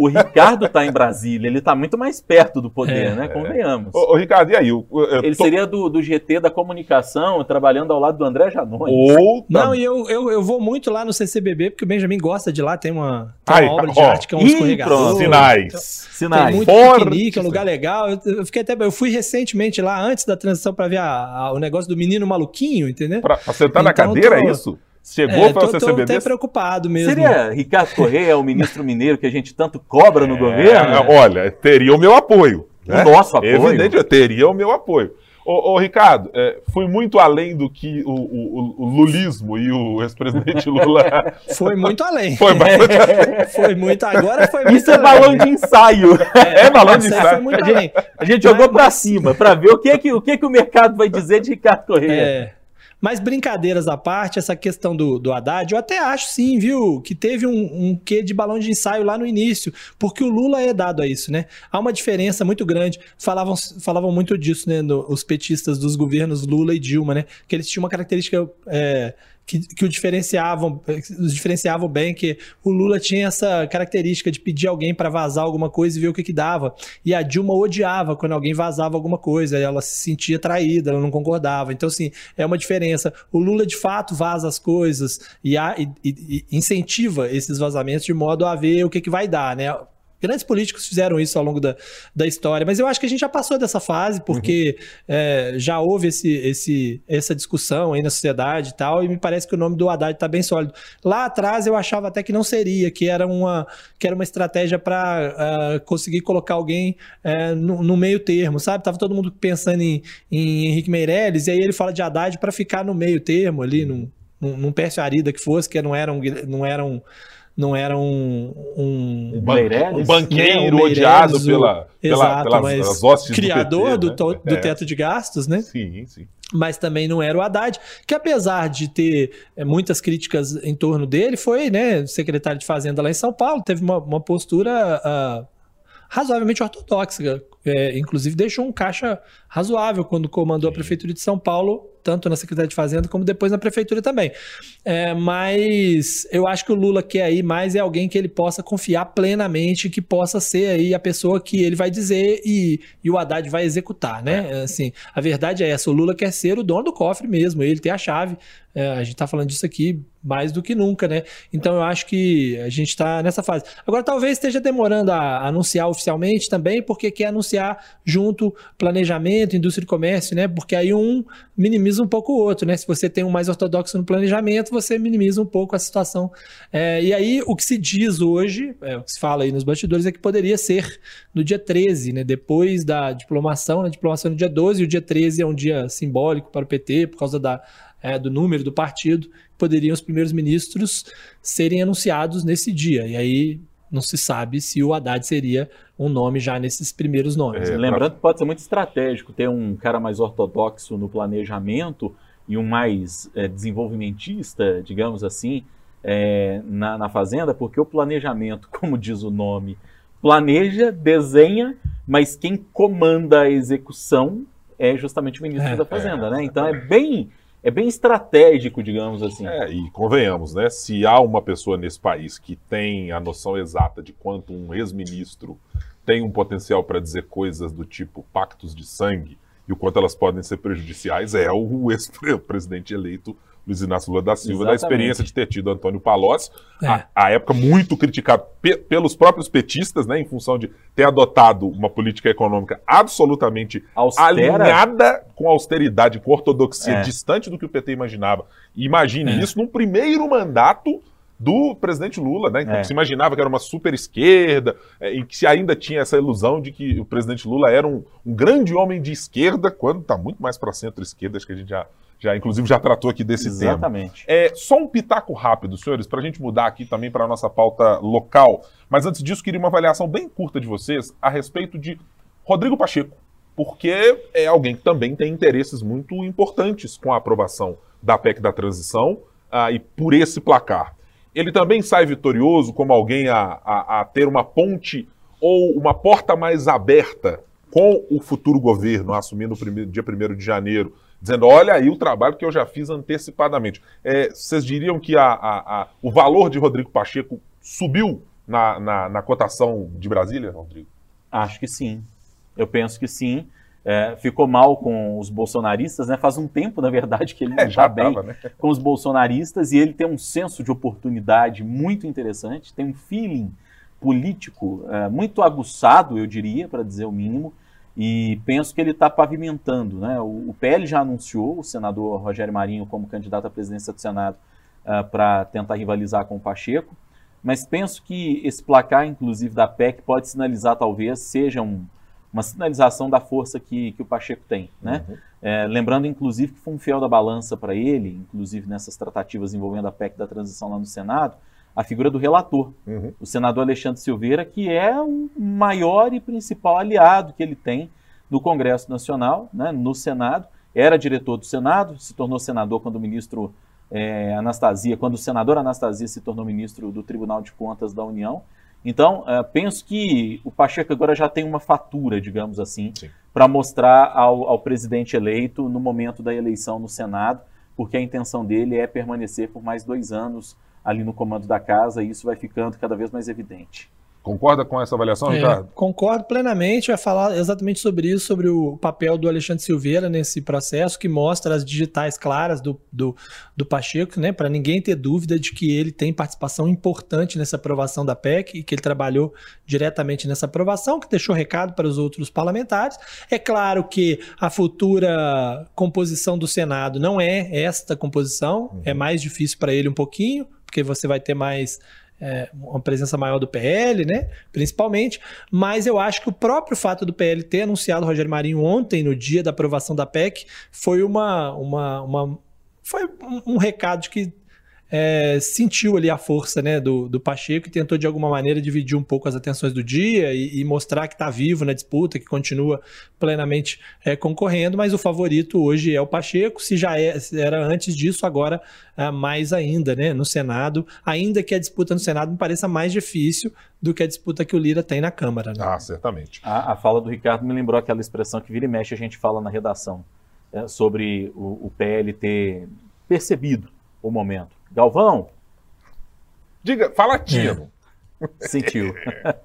O Ricardo está em Brasília, ele está muito mais perto do poder, né? Convenhamos. Ô, Ricardo, e aí? Ele seria do GT da comunicação, trabalhando ao lado do André Janones. Não, e eu vou muito lá no CCBB, porque o Benjamin gosta de lá, tem uma obra de arte que é um escorregador. Sinais. Tem muito piquenique, é um lugar legal. Eu fui recentemente lá, antes da transição, para ver o negócio do menino maluquinho, entendeu? Pra sentar na cadeira, é isso? Chegou para o CCBB? Tô até preocupado mesmo. Seria Ricardo Correia, o ministro mineiro que a gente tanto cobra no governo? Olha, teria o meu apoio. Né? O nosso apoio. Evidente, teria o meu apoio. Ô Ricardo, fui muito além do que o lulismo e o ex-presidente Lula... Foi muito além. Foi bastante além. Foi muito, agora foi muito Isso é balão de ensaio. Balão de ensaio. Foi muito além. A gente jogou pra cima, pra ver o que o mercado vai dizer de Ricardo Correia. Mas brincadeiras à parte, essa questão do Haddad, eu até acho sim, viu, que teve um quê de balão de ensaio lá no início, porque o Lula é dado a isso, né? Há uma diferença muito grande, falavam muito disso, né, os petistas dos governos Lula e Dilma, né, que eles tinham uma característica que os diferenciavam bem, que o Lula tinha essa característica de pedir alguém para vazar alguma coisa e ver o que dava. E a Dilma odiava quando alguém vazava alguma coisa, ela se sentia traída, ela não concordava. Então, assim, é uma diferença. O Lula, de fato, vaza as coisas e incentiva esses vazamentos de modo a ver o que vai dar, né? Grandes políticos fizeram isso ao longo da história, mas eu acho que a gente já passou dessa fase, porque já houve essa discussão aí na sociedade e tal, e me parece que o nome do Haddad está bem sólido. Lá atrás eu achava até que não seria, que era uma estratégia para conseguir colocar alguém no meio termo, sabe? Tava todo mundo pensando em Henrique Meirelles, e aí ele fala de Haddad para ficar no meio termo ali, num Pércio Arida que fosse, que não era um banqueiro odiado pelas hostes criador do PT, do teto de gastos, né? Sim. Mas também não era o Haddad, que apesar de ter muitas críticas em torno dele, foi, né, secretário de Fazenda lá em São Paulo, teve uma postura razoavelmente ortodoxa, inclusive deixou um caixa razoável quando comandou a Prefeitura de São Paulo, tanto na Secretaria de Fazenda como depois na Prefeitura também. Mas eu acho que o Lula quer aí mais alguém que ele possa confiar plenamente, que possa ser aí a pessoa que ele vai dizer e o Haddad vai executar, né? Assim, a verdade é essa, o Lula quer ser o dono do cofre mesmo, ele tem a chave. A gente tá falando disso aqui mais do que nunca, né? Então eu acho que a gente tá nessa fase. Agora talvez esteja demorando a anunciar oficialmente também, porque quer anunciar junto planejamento, indústria e comércio, né? Porque aí um minimiza um pouco o outro, né? Se você tem um mais ortodoxo no planejamento, você minimiza um pouco a situação. E aí o que se diz hoje, o que se fala aí nos bastidores, é que poderia ser no dia 13, né? Depois da diplomação, né? Diplomação no dia 12, e o dia 13 é um dia simbólico para o PT, por causa do número do partido, poderiam os primeiros ministros serem anunciados nesse dia. E aí não se sabe se o Haddad seria um nome já nesses primeiros nomes. Lembrando que pode ser muito estratégico ter um cara mais ortodoxo no planejamento e um mais desenvolvimentista, digamos assim, na Fazenda, porque o planejamento, como diz o nome, planeja, desenha, mas quem comanda a execução é justamente o ministro da Fazenda, né? Então é bem estratégico, digamos assim. E convenhamos, né? Se há uma pessoa nesse país que tem a noção exata de quanto um ex-ministro tem um potencial para dizer coisas do tipo pactos de sangue e o quanto elas podem ser prejudiciais, é o ex-presidente eleito Luiz Inácio Lula da Silva, da experiência de ter tido Antônio Palocci, à época muito criticado pelos próprios petistas, né, em função de ter adotado uma política econômica absolutamente alinhada com austeridade, com ortodoxia, distante do que o PT imaginava. E imagine isso num primeiro mandato do presidente Lula, né? Então, se imaginava que era uma super esquerda, e que se ainda tinha essa ilusão de que o presidente Lula era um grande homem de esquerda, quando está muito mais para centro-esquerda, acho que a gente inclusive já tratou aqui desse tema. Exatamente. Só um pitaco rápido, senhores, para a gente mudar aqui também para a nossa pauta local. Mas antes disso, queria uma avaliação bem curta de vocês a respeito de Rodrigo Pacheco, porque é alguém que também tem interesses muito importantes com a aprovação da PEC da transição e por esse placar. Ele também sai vitorioso como alguém a ter uma ponte ou uma porta mais aberta com o futuro governo, assumindo o dia 1º de janeiro, dizendo, olha aí o trabalho que eu já fiz antecipadamente. Vocês diriam que o valor de Rodrigo Pacheco subiu na cotação de Brasília, Rodrigo? Acho que sim. Eu penso que sim. Ficou mal com os bolsonaristas, né? Faz um tempo, na verdade, que ele não está bem né? com os bolsonaristas, e ele tem um senso de oportunidade muito interessante, tem um feeling político muito aguçado, eu diria, para dizer o mínimo, e penso que ele está pavimentando, né? O PL já anunciou o senador Rogério Marinho como candidato à presidência do Senado para tentar rivalizar com o Pacheco, mas penso que esse placar, inclusive, da PEC pode sinalizar, talvez, seja uma sinalização da força que o Pacheco tem, né? Uhum. Lembrando, inclusive, que foi um fiel da balança para ele, inclusive nessas tratativas envolvendo a PEC da transição lá no Senado, a figura do relator, o senador Alexandre Silveira, que é o maior e principal aliado que ele tem no Congresso Nacional, né, no Senado. Era diretor do Senado, se tornou senador quando quando o senador Anastasia se tornou ministro do Tribunal de Contas da União. Então, penso que o Pacheco agora já tem uma fatura, digamos assim, para mostrar ao presidente eleito no momento da eleição no Senado, porque a intenção dele é permanecer por mais 2 anos ali no comando da casa, e isso vai ficando cada vez mais evidente. Concorda com essa avaliação, Ricardo? Concordo plenamente, vai falar exatamente sobre isso, sobre o papel do Alexandre Silveira nesse processo, que mostra as digitais claras do Pacheco, né, para ninguém ter dúvida de que ele tem participação importante nessa aprovação da PEC e que ele trabalhou diretamente nessa aprovação, que deixou recado para os outros parlamentares. É claro que a futura composição do Senado não é esta composição, é mais difícil para ele um pouquinho, porque você vai ter mais... uma presença maior do PL, né, principalmente, mas eu acho que o próprio fato do PL ter anunciado o Rogério Marinho ontem, no dia da aprovação da PEC, foi foi um recado de que sentiu ali a força, né, do Pacheco, e tentou de alguma maneira dividir um pouco as atenções do dia e mostrar que está vivo na disputa, que continua plenamente concorrendo, mas o favorito hoje é o Pacheco. Se já era antes disso, agora mais ainda, né, no Senado, ainda que a disputa no Senado me pareça mais difícil do que a disputa que o Lira tem na Câmara, né? Certamente. A fala do Ricardo me lembrou aquela expressão que vira e mexe a gente fala na redação, sobre o PL ter percebido o momento. Galvão? Diga, fala tino. Sentiu.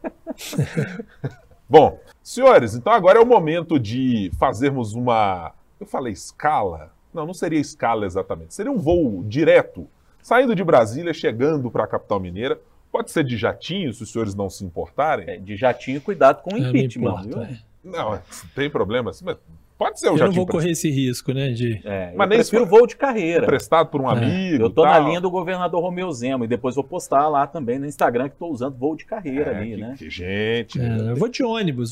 Bom, senhores, então agora é o momento de fazermos uma... Eu falei escala? Não seria escala exatamente. Seria um voo direto, saindo de Brasília, chegando para a capital mineira. Pode ser de jatinho, se os senhores não se importarem. De jatinho, cuidado com o impeachment, não importo, viu? Não tem problema. Mas pode ser eu jatinho. Eu não vou correr esse risco, né? Mas nem prefiro voo de carreira. Emprestado por um amigo. Eu tô na linha do governador Romeu Zema, e depois vou postar lá também no Instagram que tô usando voo de carreira ali, né? Que gente. Eu vou de ônibus.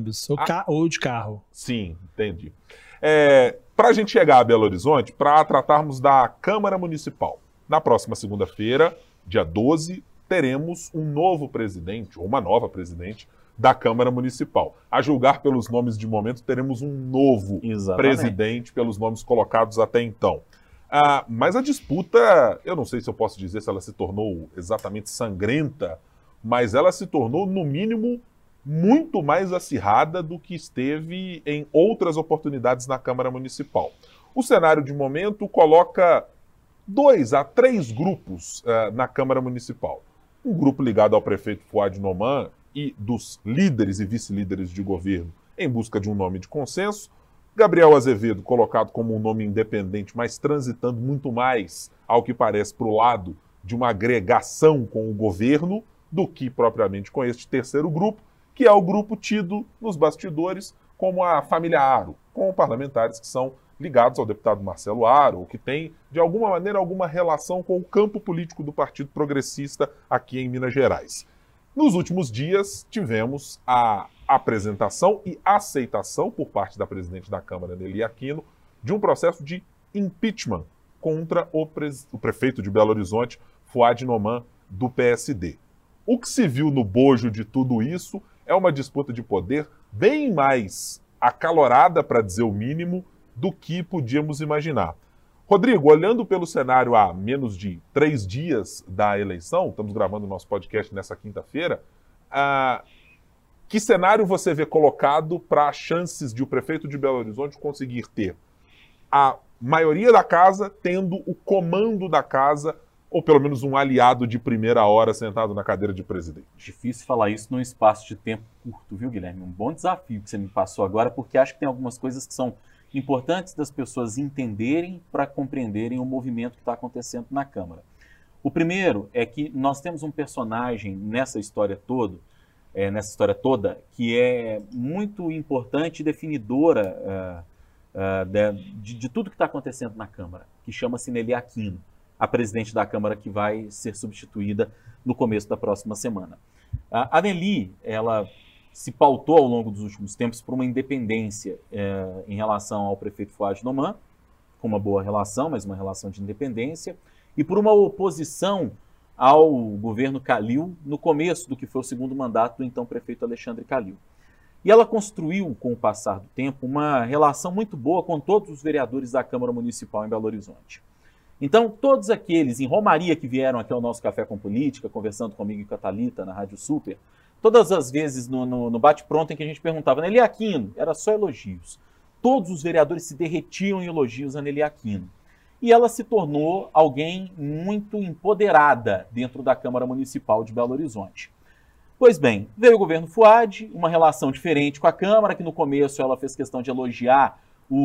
Ou de carro. Sim, entendi. Para a gente chegar a Belo Horizonte, para tratarmos da Câmara Municipal. Na próxima segunda-feira, dia 12, teremos um novo presidente, ou uma nova presidente, da Câmara Municipal. A julgar pelos nomes de momento, teremos um novo presidente, pelos nomes colocados até então. Mas a disputa, eu não sei se eu posso dizer se ela se tornou exatamente sangrenta, mas ela se tornou, no mínimo, muito mais acirrada do que esteve em outras oportunidades na Câmara Municipal. O cenário de momento coloca 2 a 3 grupos na Câmara Municipal. Um grupo ligado ao prefeito Fouad Noman e dos líderes e vice-líderes de governo em busca de um nome de consenso. Gabriel Azevedo, colocado como um nome independente, mas transitando muito mais, ao que parece, para o lado de uma agregação com o governo do que propriamente com este terceiro grupo, que é o grupo tido nos bastidores como a família Aro, com parlamentares que são ligados ao deputado Marcelo Aro, ou que têm, de alguma maneira, alguma relação com o campo político do Partido Progressista aqui em Minas Gerais. Nos últimos dias, tivemos a apresentação e aceitação por parte da presidente da Câmara, Nelly Aquino, de um processo de impeachment contra o prefeito de Belo Horizonte, Fouad Noman, do PSD. O que se viu no bojo de tudo isso é uma disputa de poder bem mais acalorada, para dizer o mínimo, do que podíamos imaginar. Rodrigo, olhando pelo cenário há menos de 3 dias da eleição, estamos gravando o nosso podcast nessa quinta-feira, que cenário você vê colocado para as chances de o prefeito de Belo Horizonte conseguir ter a maioria da casa, tendo o comando da casa ou pelo menos um aliado de primeira hora sentado na cadeira de presidente? Difícil falar isso num espaço de tempo curto, viu, Guilherme? Um bom desafio que você me passou agora, porque acho que tem algumas coisas que são importantes das pessoas entenderem para compreenderem o movimento que está acontecendo na Câmara. O primeiro é que nós temos um personagem nessa história toda, que é muito importante e definidora de tudo que está acontecendo na Câmara, que chama-se Nelia Aquino, a presidente da Câmara que vai ser substituída no começo da próxima semana. A Nelly, ela se pautou ao longo dos últimos tempos por uma independência em relação ao prefeito Fuad Noman, com uma boa relação, mas uma relação de independência, e por uma oposição ao governo Calil no começo do que foi o segundo mandato do então prefeito Alexandre Calil. E ela construiu, com o passar do tempo, uma relação muito boa com todos os vereadores da Câmara Municipal em Belo Horizonte. Então, todos aqueles em Romaria que vieram aqui ao nosso Café com Política, conversando comigo e com a Thalita na Rádio Super, todas as vezes no bate-pronto em que a gente perguntava, Nelly Aquino, era só elogios. Todos os vereadores se derretiam em elogios a Nelly Aquino. E ela se tornou alguém muito empoderada dentro da Câmara Municipal de Belo Horizonte. Pois bem, veio o governo Fuad, uma relação diferente com a Câmara, que no começo ela fez questão de elogiar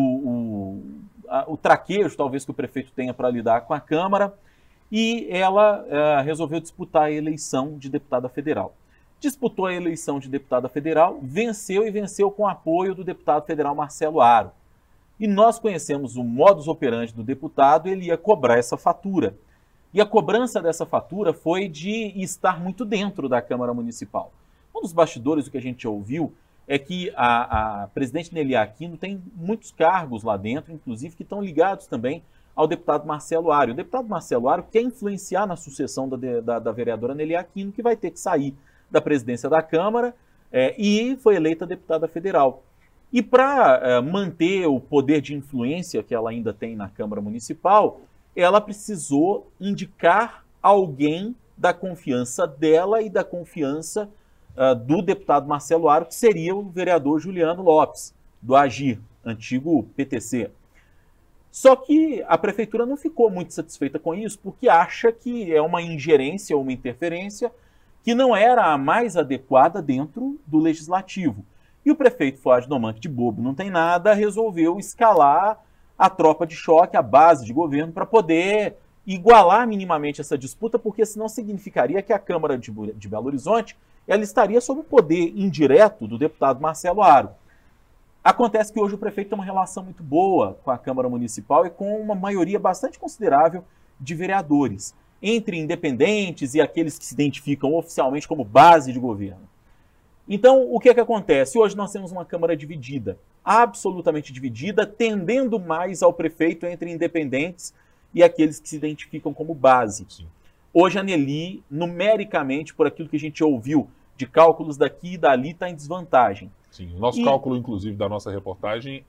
o traquejo, talvez, que o prefeito tenha para lidar com a Câmara, e ela resolveu disputar a eleição de deputada federal. Disputou a eleição de deputada federal, venceu e venceu com o apoio do deputado federal Marcelo Aro. E nós conhecemos o modus operandi do deputado, ele ia cobrar essa fatura. E a cobrança dessa fatura foi de estar muito dentro da Câmara Municipal. Um dos bastidores, o que a gente ouviu, é que a presidente Nelly Aquino tem muitos cargos lá dentro, inclusive que estão ligados também ao deputado Marcelo Aro. O deputado Marcelo Aro quer influenciar na sucessão da vereadora Nelly Aquino, que vai ter que sair da presidência da Câmara e foi eleita deputada federal. E para manter o poder de influência que ela ainda tem na Câmara Municipal, ela precisou indicar alguém da confiança dela e da confiança do deputado Marcelo Aro, que seria o vereador Juliano Lopes, do Agir, antigo PTC. Só que a prefeitura não ficou muito satisfeita com isso, porque acha que é uma ingerência ou uma interferência que não era a mais adequada dentro do legislativo. E o prefeito Fuad Noman, que de bobo não tem nada, resolveu escalar a tropa de choque, a base de governo, para poder igualar minimamente essa disputa, porque senão significaria que a Câmara de Belo Horizonte ela estaria sob o poder indireto do deputado Marcelo Aro. Acontece que hoje o prefeito tem uma relação muito boa com a Câmara Municipal e com uma maioria bastante considerável de vereadores, entre independentes e aqueles que se identificam oficialmente como base de governo. Então, o que é que acontece? Hoje nós temos uma Câmara dividida, absolutamente dividida, tendendo mais ao prefeito entre independentes e aqueles que se identificam como base. Sim. Hoje a Nelly, numericamente, por aquilo que a gente ouviu de cálculos daqui e dali, está em desvantagem. Sim, o nosso cálculo, inclusive, da nossa reportagem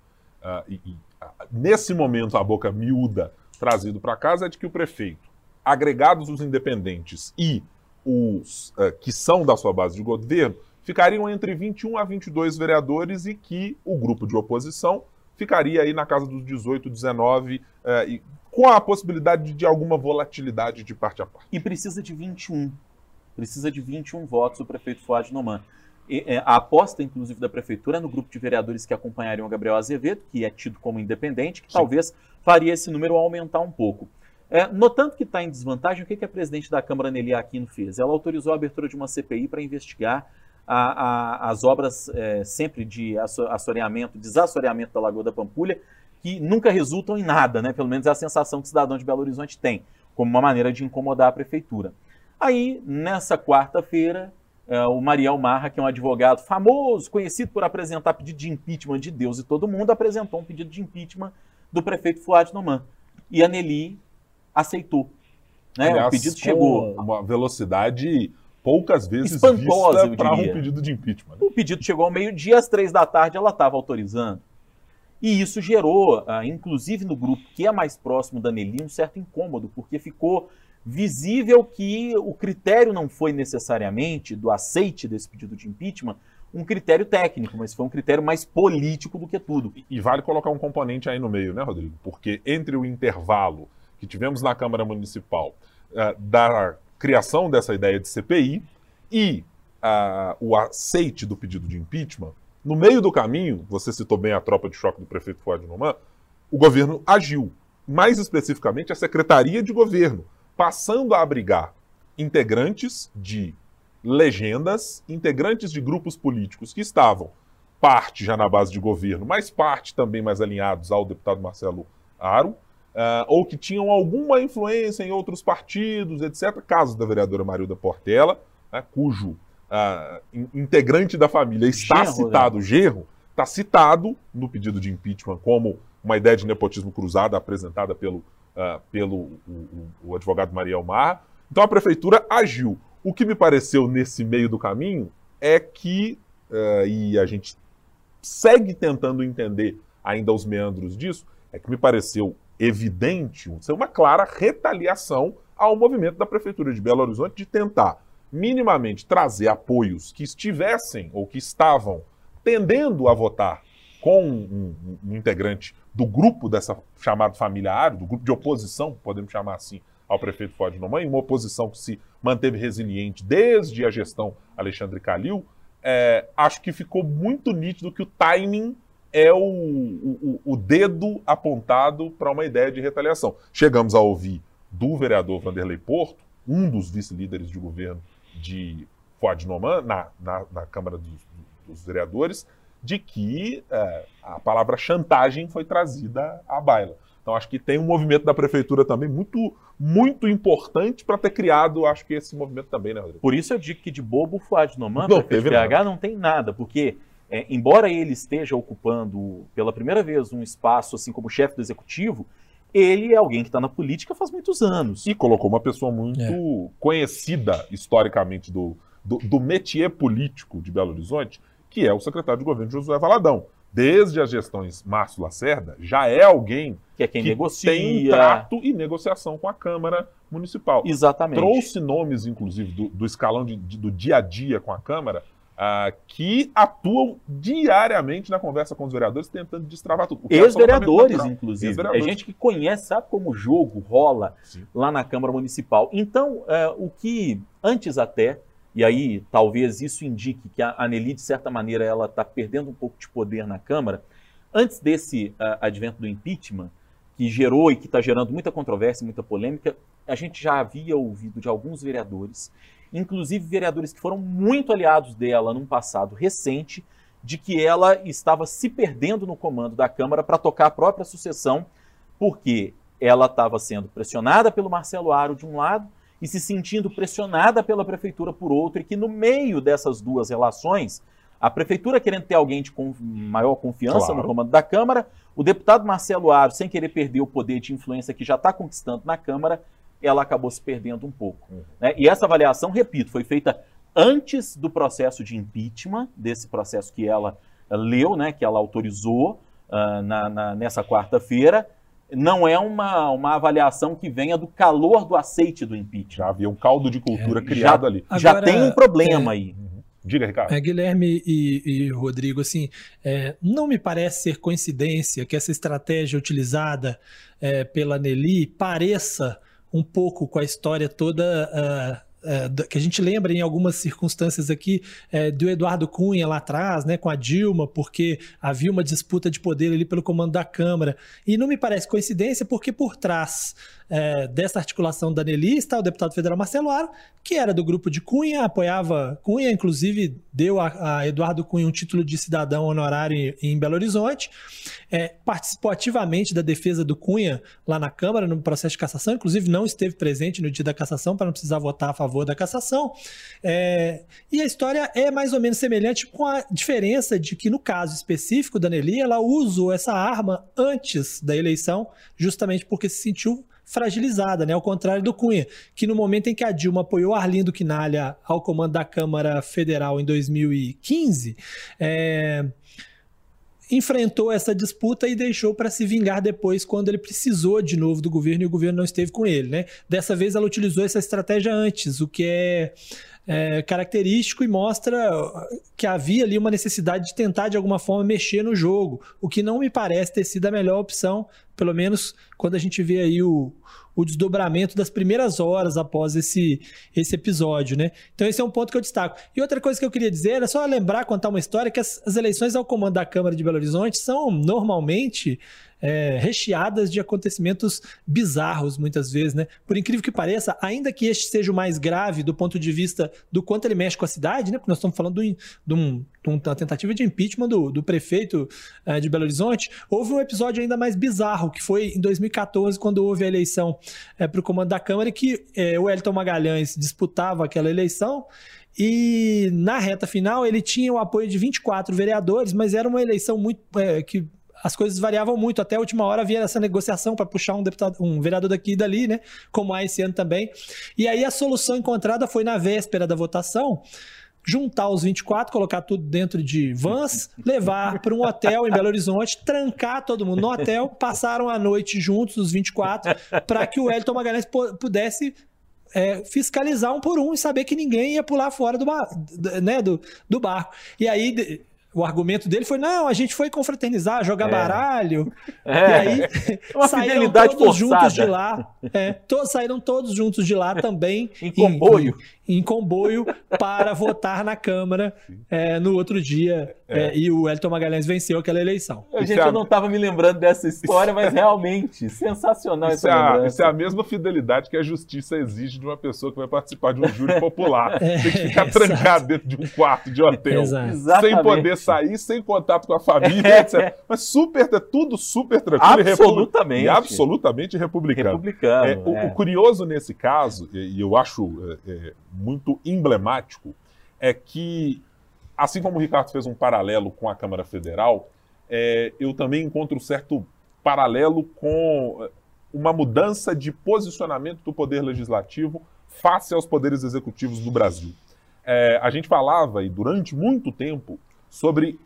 nesse momento, a boca miúda trazido para casa é de que o prefeito, agregados os independentes e os que são da sua base de governo, ficariam entre 21 a 22 vereadores e que o grupo de oposição ficaria aí na casa dos 18, 19, com a possibilidade de alguma volatilidade de parte a parte. E precisa de 21. Precisa de 21 votos o prefeito Fuad Noman. A aposta, inclusive, da prefeitura no grupo de vereadores que acompanhariam o Gabriel Azevedo, que é tido como independente, que talvez faria esse número aumentar um pouco. Notando que está em desvantagem, o que a presidente da Câmara, Nelly Aquino, fez? Ela autorizou a abertura de uma CPI para investigar as obras sempre de assoreamento, desassoreamento da Lagoa da Pampulha, que nunca resultam em nada, né? Pelo menos é a sensação que o cidadão de Belo Horizonte tem, como uma maneira de incomodar a prefeitura. Aí, nessa quarta-feira, o Mariel Marra, que é um advogado famoso, conhecido por apresentar pedido de impeachment de Deus e todo mundo, apresentou um pedido de impeachment do prefeito Fuad Noman. E a Nelly aceitou. Né? Aliás, o pedido chegou... uma velocidade poucas vezes espantosa, vista para um pedido de impeachment. Né? O pedido chegou ao meio-dia, às 3 da tarde ela estava autorizando. E isso gerou, inclusive no grupo que é mais próximo da Nelly, um certo incômodo, porque ficou visível que o critério não foi necessariamente do aceite desse pedido de impeachment um critério técnico, mas foi um critério mais político do que tudo. E vale colocar um componente aí no meio, né, Rodrigo? Porque entre o intervalo que tivemos na Câmara Municipal da criação dessa ideia de CPI e o aceite do pedido de impeachment, no meio do caminho, você citou bem a tropa de choque do prefeito Fuad Noman, o governo agiu. Mais especificamente, a Secretaria de Governo, passando a abrigar integrantes de legendas, integrantes de grupos políticos que estavam parte já na base de governo, mas parte também mais alinhados ao deputado Marcelo Aro, ou que tinham alguma influência em outros partidos, etc. Caso da vereadora Marilda Portela, cujo integrante da família está citado, genro, está citado no pedido de impeachment como uma ideia de nepotismo cruzada apresentada pelo advogado Mariel Marra. Então a prefeitura agiu. O que me pareceu nesse meio do caminho é que, e a gente segue tentando entender ainda os meandros disso, é que me pareceu evidente ser uma clara retaliação ao movimento da Prefeitura de Belo Horizonte de tentar minimamente trazer apoios que estivessem ou que estavam tendendo a votar com um integrante do grupo dessa chamada família Aro, do grupo de oposição, podemos chamar assim, ao prefeito Fuad Noman, uma oposição que se manteve resiliente desde a gestão Alexandre Calil. Acho que ficou muito nítido que o timing é o dedo apontado para uma ideia de retaliação. Chegamos a ouvir do vereador Vanderlei Porto, um dos vice-líderes de governo de Fuad Noman, na Câmara dos Vereadores, de que a palavra chantagem foi trazida à baila. Então acho que tem um movimento da prefeitura também muito, muito importante para ter criado, acho que esse movimento também, né, Rodrigo? Por isso eu digo que de bobo o Fuad Noman, prefeito de BH, não tem nada, porque embora ele esteja ocupando pela primeira vez um espaço assim como chefe do executivo, ele é alguém que está na política faz muitos anos. E colocou uma pessoa muito conhecida historicamente do métier político de Belo Horizonte, que é o secretário de governo Josué Valadão. Desde as gestões Márcio Lacerda, já é alguém que negocia, tem trato e negociação com a Câmara Municipal. Exatamente. Trouxe nomes, inclusive, do escalão do dia a dia com a Câmara, que atuam diariamente na conversa com os vereadores, tentando destravar tudo. Ex-vereadores, inclusive. É gente que conhece, sabe como o jogo rola lá na Câmara Municipal. Então, o que antes até... E aí, talvez isso indique que a Anneli, de certa maneira, ela está perdendo um pouco de poder na Câmara. Antes desse advento do impeachment, que gerou e que está gerando muita controvérsia, muita polêmica, a gente já havia ouvido de alguns vereadores, inclusive vereadores que foram muito aliados dela num passado recente, de que ela estava se perdendo no comando da Câmara para tocar a própria sucessão, porque ela estava sendo pressionada pelo Marcelo Aro de um lado, e se sentindo pressionada pela prefeitura por outro, e que no meio dessas duas relações, a prefeitura querendo ter alguém de maior confiança no comando da Câmara, o deputado Marcelo Aro, sem querer perder o poder de influência que já está conquistando na Câmara, ela acabou se perdendo um pouco. Né? E essa avaliação, repito, foi feita antes do processo de impeachment, desse processo que ela leu, né, que ela autorizou nessa quarta-feira. Não é uma avaliação que venha do calor do aceite do impeachment. Já havia um caldo de cultura criado ali. Já agora, tem um problema aí. Diga, Ricardo. Guilherme e Rodrigo, assim, não me parece ser coincidência que essa estratégia utilizada pela Anneli pareça um pouco com a história toda... que a gente lembra em algumas circunstâncias aqui do Eduardo Cunha lá atrás, né, com a Dilma, porque havia uma disputa de poder ali pelo comando da Câmara. E não me parece coincidência porque por trás dessa articulação da Anneli está o deputado federal Marcelo Aro, que era do grupo de Cunha, apoiava Cunha, inclusive deu a Eduardo Cunha um título de cidadão honorário em Belo Horizonte, participou ativamente da defesa do Cunha lá na Câmara, no processo de cassação, inclusive não esteve presente no dia da cassação para não precisar votar a favor da cassação, e a história é mais ou menos semelhante, com a diferença de que no caso específico da Anneli, ela usou essa arma antes da eleição, justamente porque se sentiu fragilizada, né? Ao contrário do Cunha, que no momento em que a Dilma apoiou Arlindo Quinalha ao comando da Câmara Federal em 2015, enfrentou essa disputa e deixou para se vingar depois, quando ele precisou de novo do governo e o governo não esteve com ele, né? Dessa vez ela utilizou essa estratégia antes, o que é característico e mostra que havia ali uma necessidade de tentar, de alguma forma, mexer no jogo, o que não me parece ter sido a melhor opção, pelo menos quando a gente vê aí o desdobramento das primeiras horas após esse episódio, né? Então esse é um ponto que eu destaco. E outra coisa que eu queria dizer era só lembrar, contar uma história, que as eleições ao comando da Câmara de Belo Horizonte são normalmente recheadas de acontecimentos bizarros, muitas vezes, né? Por incrível que pareça, ainda que este seja o mais grave do ponto de vista do quanto ele mexe com a cidade, né? Porque nós estamos falando de uma tentativa de impeachment do prefeito de Belo Horizonte, houve um episódio ainda mais bizarro, que foi em 2014, quando houve a eleição para o comando da Câmara, que o Wellington Magalhães disputava aquela eleição, e na reta final ele tinha o apoio de 24 vereadores, mas era uma eleição muito que as coisas variavam muito. Até a última hora havia essa negociação para puxar um vereador daqui e dali, né? Como há esse ano também. E aí a solução encontrada foi, na véspera da votação, juntar os 24, colocar tudo dentro de vans, levar para um hotel em Belo Horizonte, trancar todo mundo no hotel, passaram a noite juntos, os 24, para que o Wellington Magalhães pudesse fiscalizar um por um e saber que ninguém ia pular fora do barco. E aí o argumento dele foi, não, a gente foi confraternizar, jogar baralho, e aí saíram todos juntos de lá, saíram todos juntos de lá também, em comboio para votar na Câmara no outro dia, e o Wellington Magalhães venceu aquela eleição. Eu não estava me lembrando dessa história, mas realmente, sensacional essa lembrança. Isso é a mesma fidelidade que a justiça exige de uma pessoa que vai participar de um júri popular. Tem que ficar trancado dentro de um quarto de hotel, sem poder sair, sem contato com a família, etc. Mas tudo super tranquilo e absolutamente republicano. O curioso nesse caso, e eu acho muito emblemático, é que, assim como o Ricardo fez um paralelo com a Câmara Federal, eu também encontro um certo paralelo com uma mudança de posicionamento do Poder Legislativo face aos poderes executivos do Brasil. A gente falava, e durante muito tempo, sobre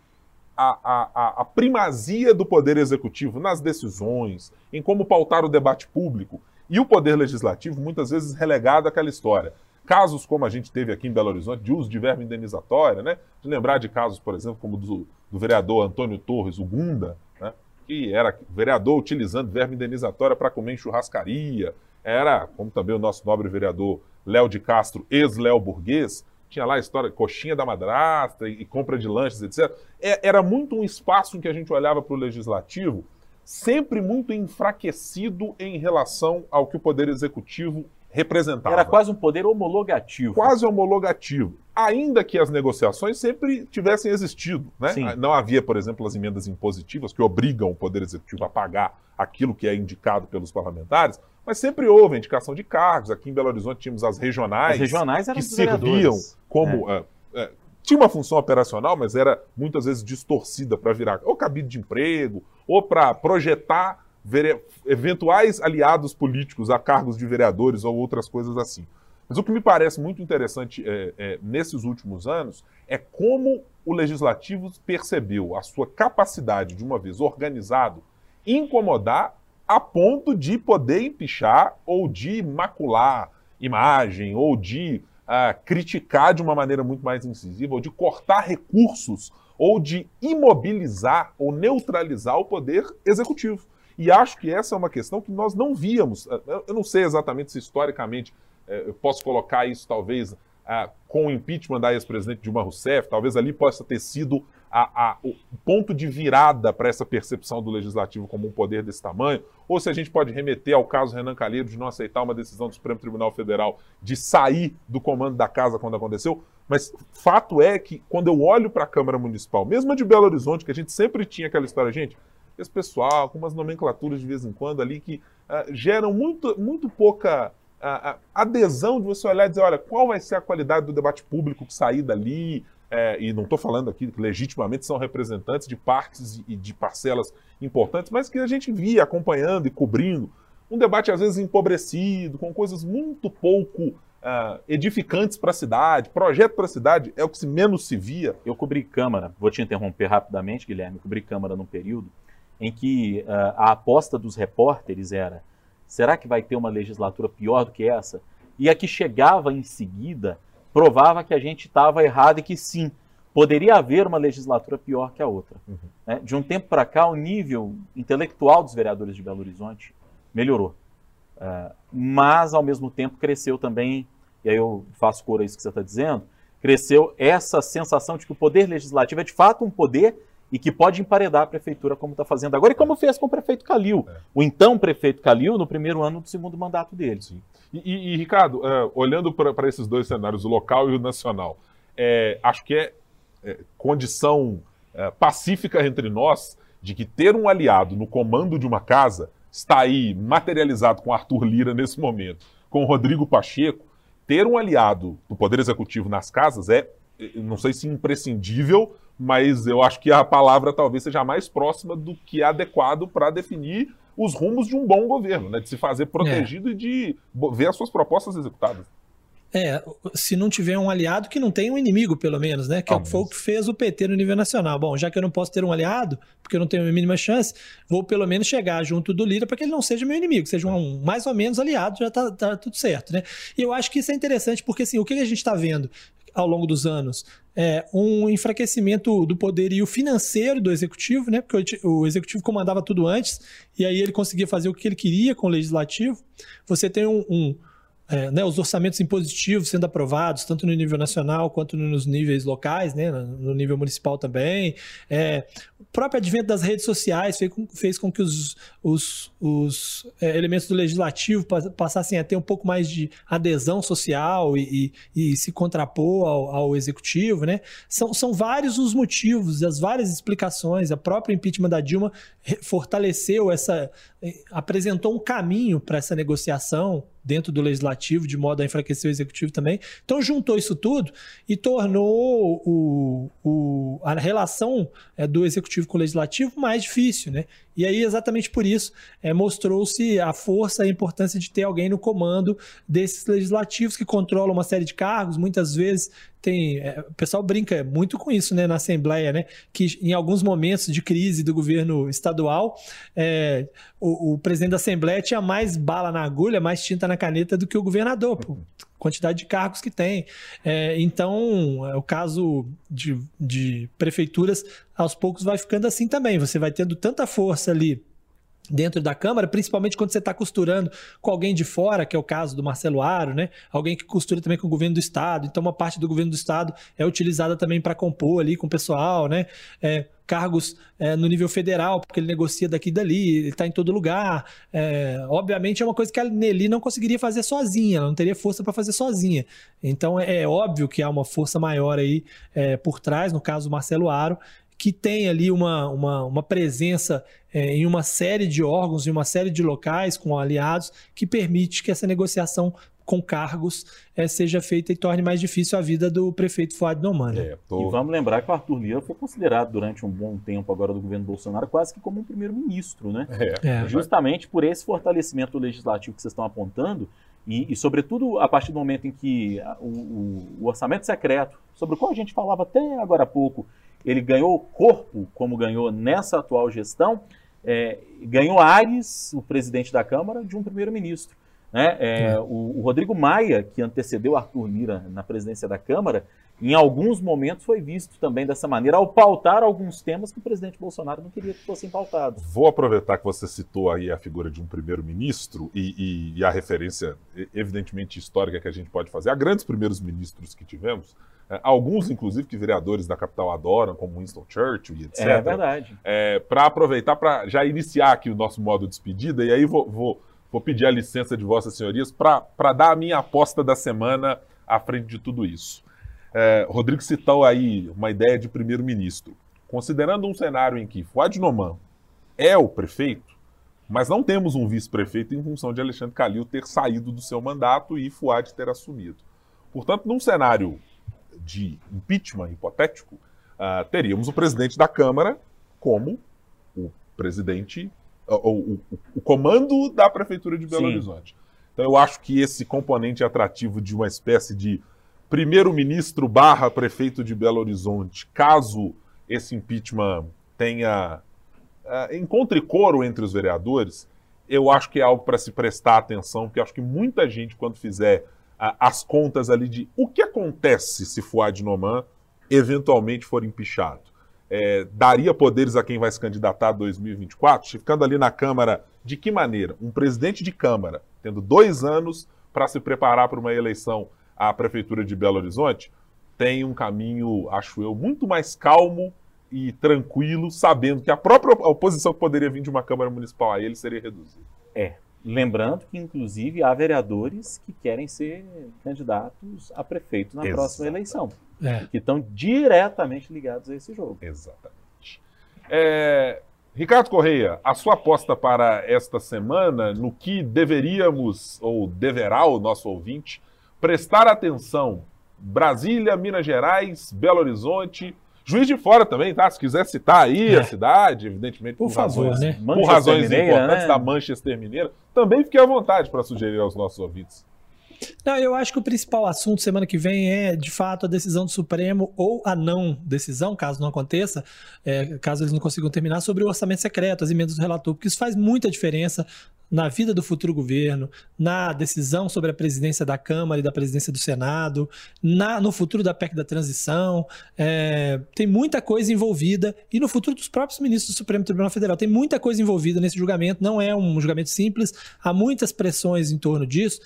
a primazia do Poder Executivo nas decisões, em como pautar o debate público, e o Poder Legislativo muitas vezes relegado àquela história. Casos como a gente teve aqui em Belo Horizonte, de uso de verba indenizatória, né? De lembrar de casos, por exemplo, como do vereador Antônio Torres, o Gunda, né? Que era vereador utilizando verba indenizatória para comer em churrascaria. Era, como também o nosso nobre vereador Léo de Castro, ex-Léo Burguês, tinha lá a história de coxinha da madrasta e compra de lanches, etc. Era muito um espaço em que a gente olhava para o legislativo sempre muito enfraquecido em relação ao que o Poder Executivo representava. Era quase um poder homologativo. Quase homologativo. Ainda que as negociações sempre tivessem existido, né? Não havia, por exemplo, as emendas impositivas que obrigam o Poder Executivo a pagar aquilo que é indicado pelos parlamentares, mas sempre houve a indicação de cargos. Aqui em Belo Horizonte tínhamos as regionais eram que serviam como... tinha uma função operacional, mas era muitas vezes distorcida para virar ou cabide de emprego, ou para projetar eventuais aliados políticos a cargos de vereadores ou outras coisas assim. Mas o que me parece muito interessante nesses últimos anos é como o Legislativo percebeu a sua capacidade, de uma vez organizado, incomodar a ponto de poder empichar ou de macular imagem ou de criticar de uma maneira muito mais incisiva, ou de cortar recursos, ou de imobilizar ou neutralizar o Poder Executivo. E acho que essa é uma questão que nós não víamos. Eu não sei exatamente se historicamente eu posso colocar isso talvez com o impeachment da ex-presidente Dilma Rousseff, talvez ali possa ter sido o ponto de virada para essa percepção do Legislativo como um poder desse tamanho, ou se a gente pode remeter ao caso Renan Calheiros de não aceitar uma decisão do Supremo Tribunal Federal de sair do comando da casa quando aconteceu. Mas fato é que quando eu olho para a Câmara Municipal, mesmo a de Belo Horizonte, que a gente sempre tinha aquela história, gente, esse pessoal com umas nomenclaturas de vez em quando ali que geram muito pouca adesão de você olhar e dizer, olha, qual vai ser a qualidade do debate público que sair dali, e não estou falando aqui que legitimamente são representantes de partes e de parcelas importantes, mas que a gente via acompanhando e cobrindo um debate às vezes empobrecido, com coisas muito pouco edificantes para a cidade, projeto para a cidade, é o que menos se via. Eu cobri Câmara, vou te interromper rapidamente, Guilherme, eu cobri Câmara num período em que a aposta dos repórteres era: será que vai ter uma legislatura pior do que essa? E a que chegava em seguida provava que a gente estava errado e que sim, poderia haver uma legislatura pior que a outra. Né? De um tempo para cá, o nível intelectual dos vereadores de Belo Horizonte melhorou. Mas, ao mesmo tempo, cresceu também, e aí eu faço coro a isso que você está dizendo, cresceu essa sensação de que o poder legislativo é de fato um poder e que pode emparedar a prefeitura como está fazendo agora, e como fez com o prefeito Calil. O então prefeito Calil, no primeiro ano do segundo mandato dele. Sim. E Ricardo, olhando para esses dois cenários, o local e o nacional, acho que é condição pacífica entre nós de que ter um aliado no comando de uma casa está aí materializado com Arthur Lira nesse momento, com Rodrigo Pacheco. Ter um aliado do Poder Executivo nas casas não sei se imprescindível, mas eu acho que a palavra talvez seja mais próxima do que é adequado para definir os rumos de um bom governo, né? De se fazer protegido e de ver as suas propostas executadas. Se não tiver um aliado, que não tem um inimigo, pelo menos, né? Que foi o que fez o PT no nível nacional. Bom, já que eu não posso ter um aliado, porque eu não tenho a mínima chance, vou pelo menos chegar junto do Lira para que ele não seja meu inimigo, seja um mais ou menos aliado, já tá tudo certo, né? E eu acho que isso é interessante, porque assim, o que a gente está vendo ao longo dos anos um enfraquecimento do poderio financeiro do executivo, né? Porque o executivo comandava tudo antes, e aí ele conseguia fazer o que ele queria com o legislativo. Você tem os orçamentos impositivos sendo aprovados, tanto no nível nacional quanto nos níveis locais, né, no nível municipal também. O próprio advento das redes sociais fez com que os elementos do legislativo passassem a ter um pouco mais de adesão social e se contrapor ao executivo, né? São vários os motivos, as várias explicações. A própria impeachment da Dilma fortaleceu apresentou um caminho para essa negociação dentro do legislativo, de modo a enfraquecer o executivo também. Então juntou isso tudo e tornou a relação do executivo com o legislativo mais difícil, né? E aí, exatamente por isso, mostrou-se a força e a importância de ter alguém no comando desses legislativos que controlam uma série de cargos. Muitas vezes o pessoal brinca muito com isso, né, na Assembleia, né, que em alguns momentos de crise do governo estadual, o presidente da Assembleia tinha mais bala na agulha, mais tinta na caneta do que o governador, por quantidade de cargos que tem. Então, o caso de prefeituras, aos poucos vai ficando assim também. Você vai tendo tanta força ali dentro da Câmara, principalmente quando você está costurando com alguém de fora, que é o caso do Marcelo Aro, né? Alguém que costura também com o governo do Estado. Então, uma parte do governo do Estado é utilizada também para compor ali com o pessoal, né? Cargos no nível federal, porque ele negocia daqui e dali, ele está em todo lugar. Obviamente é uma coisa que a Nelly não conseguiria fazer sozinha, ela não teria força para fazer sozinha. Então é óbvio que há uma força maior aí por trás, no caso do Marcelo Aro, que tem ali uma presença em uma série de órgãos, em uma série de locais com aliados, que permite que essa negociação com cargos seja feita e torne mais difícil a vida do prefeito Fuad Noman. E vamos lembrar que o Arthur Lira foi considerado durante um bom tempo agora do governo Bolsonaro quase que como um primeiro-ministro, né? Justamente por esse fortalecimento legislativo que vocês estão apontando e sobretudo, a partir do momento em que o orçamento secreto, sobre o qual a gente falava até agora há pouco, ele ganhou corpo, como ganhou nessa atual gestão, ganhou ares, o presidente da Câmara, de um primeiro-ministro. Né? O Rodrigo Maia, que antecedeu Arthur Lira na presidência da Câmara, em alguns momentos foi visto também dessa maneira, ao pautar alguns temas que o presidente Bolsonaro não queria que fossem pautados. Vou aproveitar que você citou aí a figura de um primeiro-ministro e a referência evidentemente histórica que a gente pode fazer a grandes primeiros ministros que tivemos, alguns inclusive que vereadores da capital adoram, como Winston Churchill e etc. É verdade. Para aproveitar para já iniciar aqui o nosso modo de despedida, e aí vou pedir a licença de vossas senhorias para dar a minha aposta da semana à frente de tudo isso. Rodrigo citou aí uma ideia de primeiro-ministro. Considerando um cenário em que Fuad Noman é o prefeito, mas não temos um vice-prefeito em função de Alexandre Calil ter saído do seu mandato e Fuad ter assumido. Portanto, num cenário de impeachment hipotético, teríamos o presidente da Câmara como o presidente, o comando da Prefeitura de Belo Horizonte. Então eu acho que esse componente atrativo de uma espécie de primeiro-ministro / prefeito de Belo Horizonte, caso esse impeachment encontre coro entre os vereadores, eu acho que é algo para se prestar atenção, porque eu acho que muita gente, quando fizer as contas ali de o que acontece se Fouad Noman eventualmente for empichado. Daria poderes a quem vai se candidatar a 2024? Ficando ali na Câmara, de que maneira? Um presidente de Câmara, tendo 2 anos para se preparar para uma eleição à Prefeitura de Belo Horizonte, tem um caminho, acho eu, muito mais calmo e tranquilo, sabendo que a própria oposição que poderia vir de uma Câmara Municipal a ele seria reduzida. Lembrando que, inclusive, há vereadores que querem ser candidatos a prefeito na próxima eleição. Que estão diretamente ligados a esse jogo. Exatamente. Ricardo Correia, a sua aposta para esta semana, no que deveríamos, ou deverá o nosso ouvinte, prestar atenção: Brasília, Minas Gerais, Belo Horizonte, Juiz de Fora também, tá? Se quiser citar aí a cidade, evidentemente por razões, né? Por razões importantes, né? Da Manchester Mineira, também fique à vontade para sugerir aos nossos ouvintes. Não, eu acho que o principal assunto semana que vem é, de fato, a decisão do Supremo ou a não decisão, caso não aconteça, caso eles não consigam terminar, sobre o orçamento secreto, as emendas do relator, porque isso faz muita diferença na vida do futuro governo, na decisão sobre a presidência da Câmara e da presidência do Senado, no futuro da PEC da transição. Tem muita coisa envolvida, e no futuro dos próprios ministros do Supremo Tribunal Federal. Tem muita coisa envolvida nesse julgamento, não é um julgamento simples, há muitas pressões em torno disso.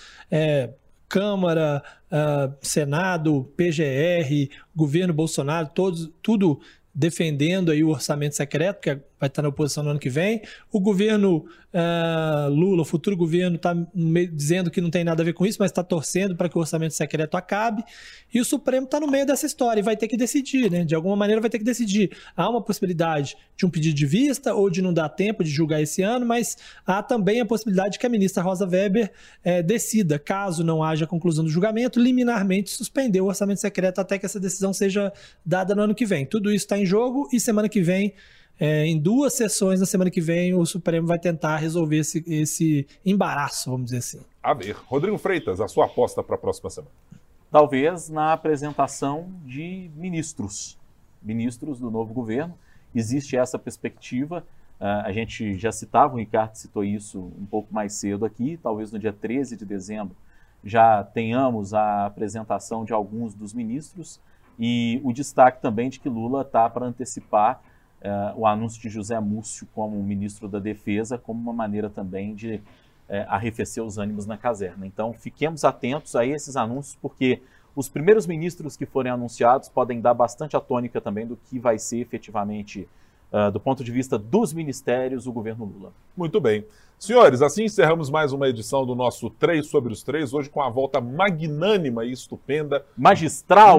Câmara, Senado, PGR, governo Bolsonaro, tudo defendendo aí o orçamento secreto, que vai estar na oposição no ano que vem. O governo Lula, o futuro governo, está dizendo que não tem nada a ver com isso, mas está torcendo para que o orçamento secreto acabe. E o Supremo está no meio dessa história e vai ter que decidir, né? De alguma maneira vai ter que decidir. Há uma possibilidade de um pedido de vista ou de não dar tempo de julgar esse ano, mas há também a possibilidade que a ministra Rosa Weber decida, caso não haja conclusão do julgamento, liminarmente suspender o orçamento secreto até que essa decisão seja dada no ano que vem. Tudo isso está em jogo e semana que vem, em 2 sessões na semana que vem, o Supremo vai tentar resolver esse embaraço, vamos dizer assim. A ver. Rodrigo Freitas, a sua aposta para a próxima semana? Talvez na apresentação de ministros do novo governo. Existe essa perspectiva. A gente já citava, o Ricardo citou isso um pouco mais cedo aqui, talvez no dia 13 de dezembro já tenhamos a apresentação de alguns dos ministros, e o destaque também de que Lula está para antecipar o anúncio de José Múcio como ministro da Defesa, como uma maneira também de arrefecer os ânimos na caserna. Então, fiquemos atentos a esses anúncios, porque os primeiros ministros que forem anunciados podem dar bastante a tônica também do que vai ser efetivamente, do ponto de vista dos ministérios, o governo Lula. Muito bem. Senhores, assim encerramos mais uma edição do nosso 3 sobre os 3, hoje com a volta magnânima e estupenda. Magistral,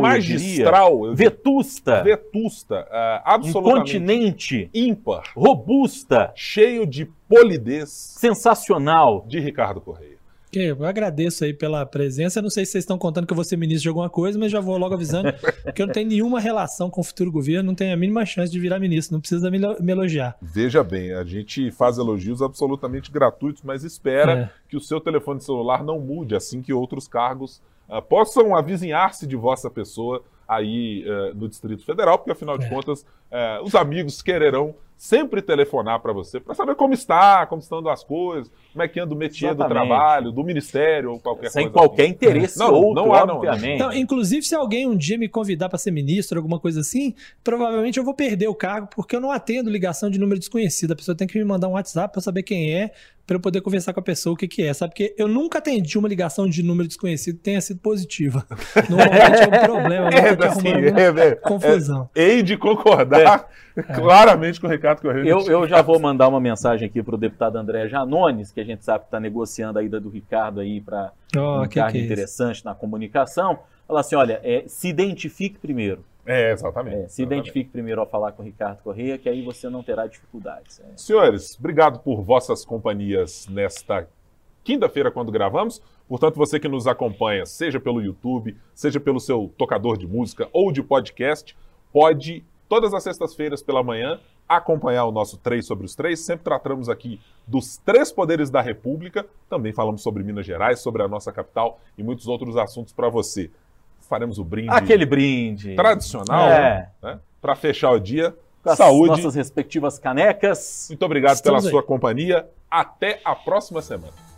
vetusta. Absolutamente. Incontinente. Ímpar. Robusta. Cheio de polidez. Sensacional. De Ricardo Correia. Eu agradeço aí pela presença. Eu não sei se vocês estão contando que eu vou ser ministro de alguma coisa, mas já vou logo avisando que eu não tenho nenhuma relação com o futuro governo, não tenho a mínima chance de virar ministro, não precisa me elogiar. Veja bem, a gente faz elogios absolutamente gratuitos, mas espera que o seu telefone celular não mude assim que outros cargos possam avizinhar-se de vossa pessoa aí no Distrito Federal, porque afinal de contas os amigos quererão sempre telefonar para você, para saber como estão as coisas, como é que anda o métier do trabalho, do ministério ou qualquer coisa. Sem qualquer interesse obviamente. Não, inclusive, se alguém um dia me convidar para ser ministro, alguma coisa assim, provavelmente eu vou perder o cargo, porque eu não atendo ligação de número desconhecido. A pessoa tem que me mandar um WhatsApp para saber quem é, para eu poder conversar com a pessoa o que é, sabe? Porque eu nunca atendi uma ligação de número desconhecido que tenha sido positiva. Normalmente é um problema, confusão. Hei de concordar claramente com o Ricardo Correia. Eu já vou mandar uma mensagem aqui para o deputado André Janones, que a gente sabe que está negociando a ida do Ricardo aí para um cargo interessante na comunicação. Falar assim, olha, se identifique primeiro. Exatamente. Se identifique primeiro ao falar com o Ricardo Correia, que aí você não terá dificuldades. Senhores, obrigado por vossas companhias nesta quinta-feira, quando gravamos. Portanto, você que nos acompanha, seja pelo YouTube, seja pelo seu tocador de música ou de podcast, pode, todas as sextas-feiras pela manhã, acompanhar o nosso 3 sobre os 3. Sempre tratamos aqui dos 3 poderes da República. Também falamos sobre Minas Gerais, sobre a nossa capital e muitos outros assuntos para você. Faremos o brinde. Aquele brinde tradicional, né? Para fechar o dia. Com saúde. Nossas respectivas canecas. Muito obrigado pela sua companhia. Até a próxima semana.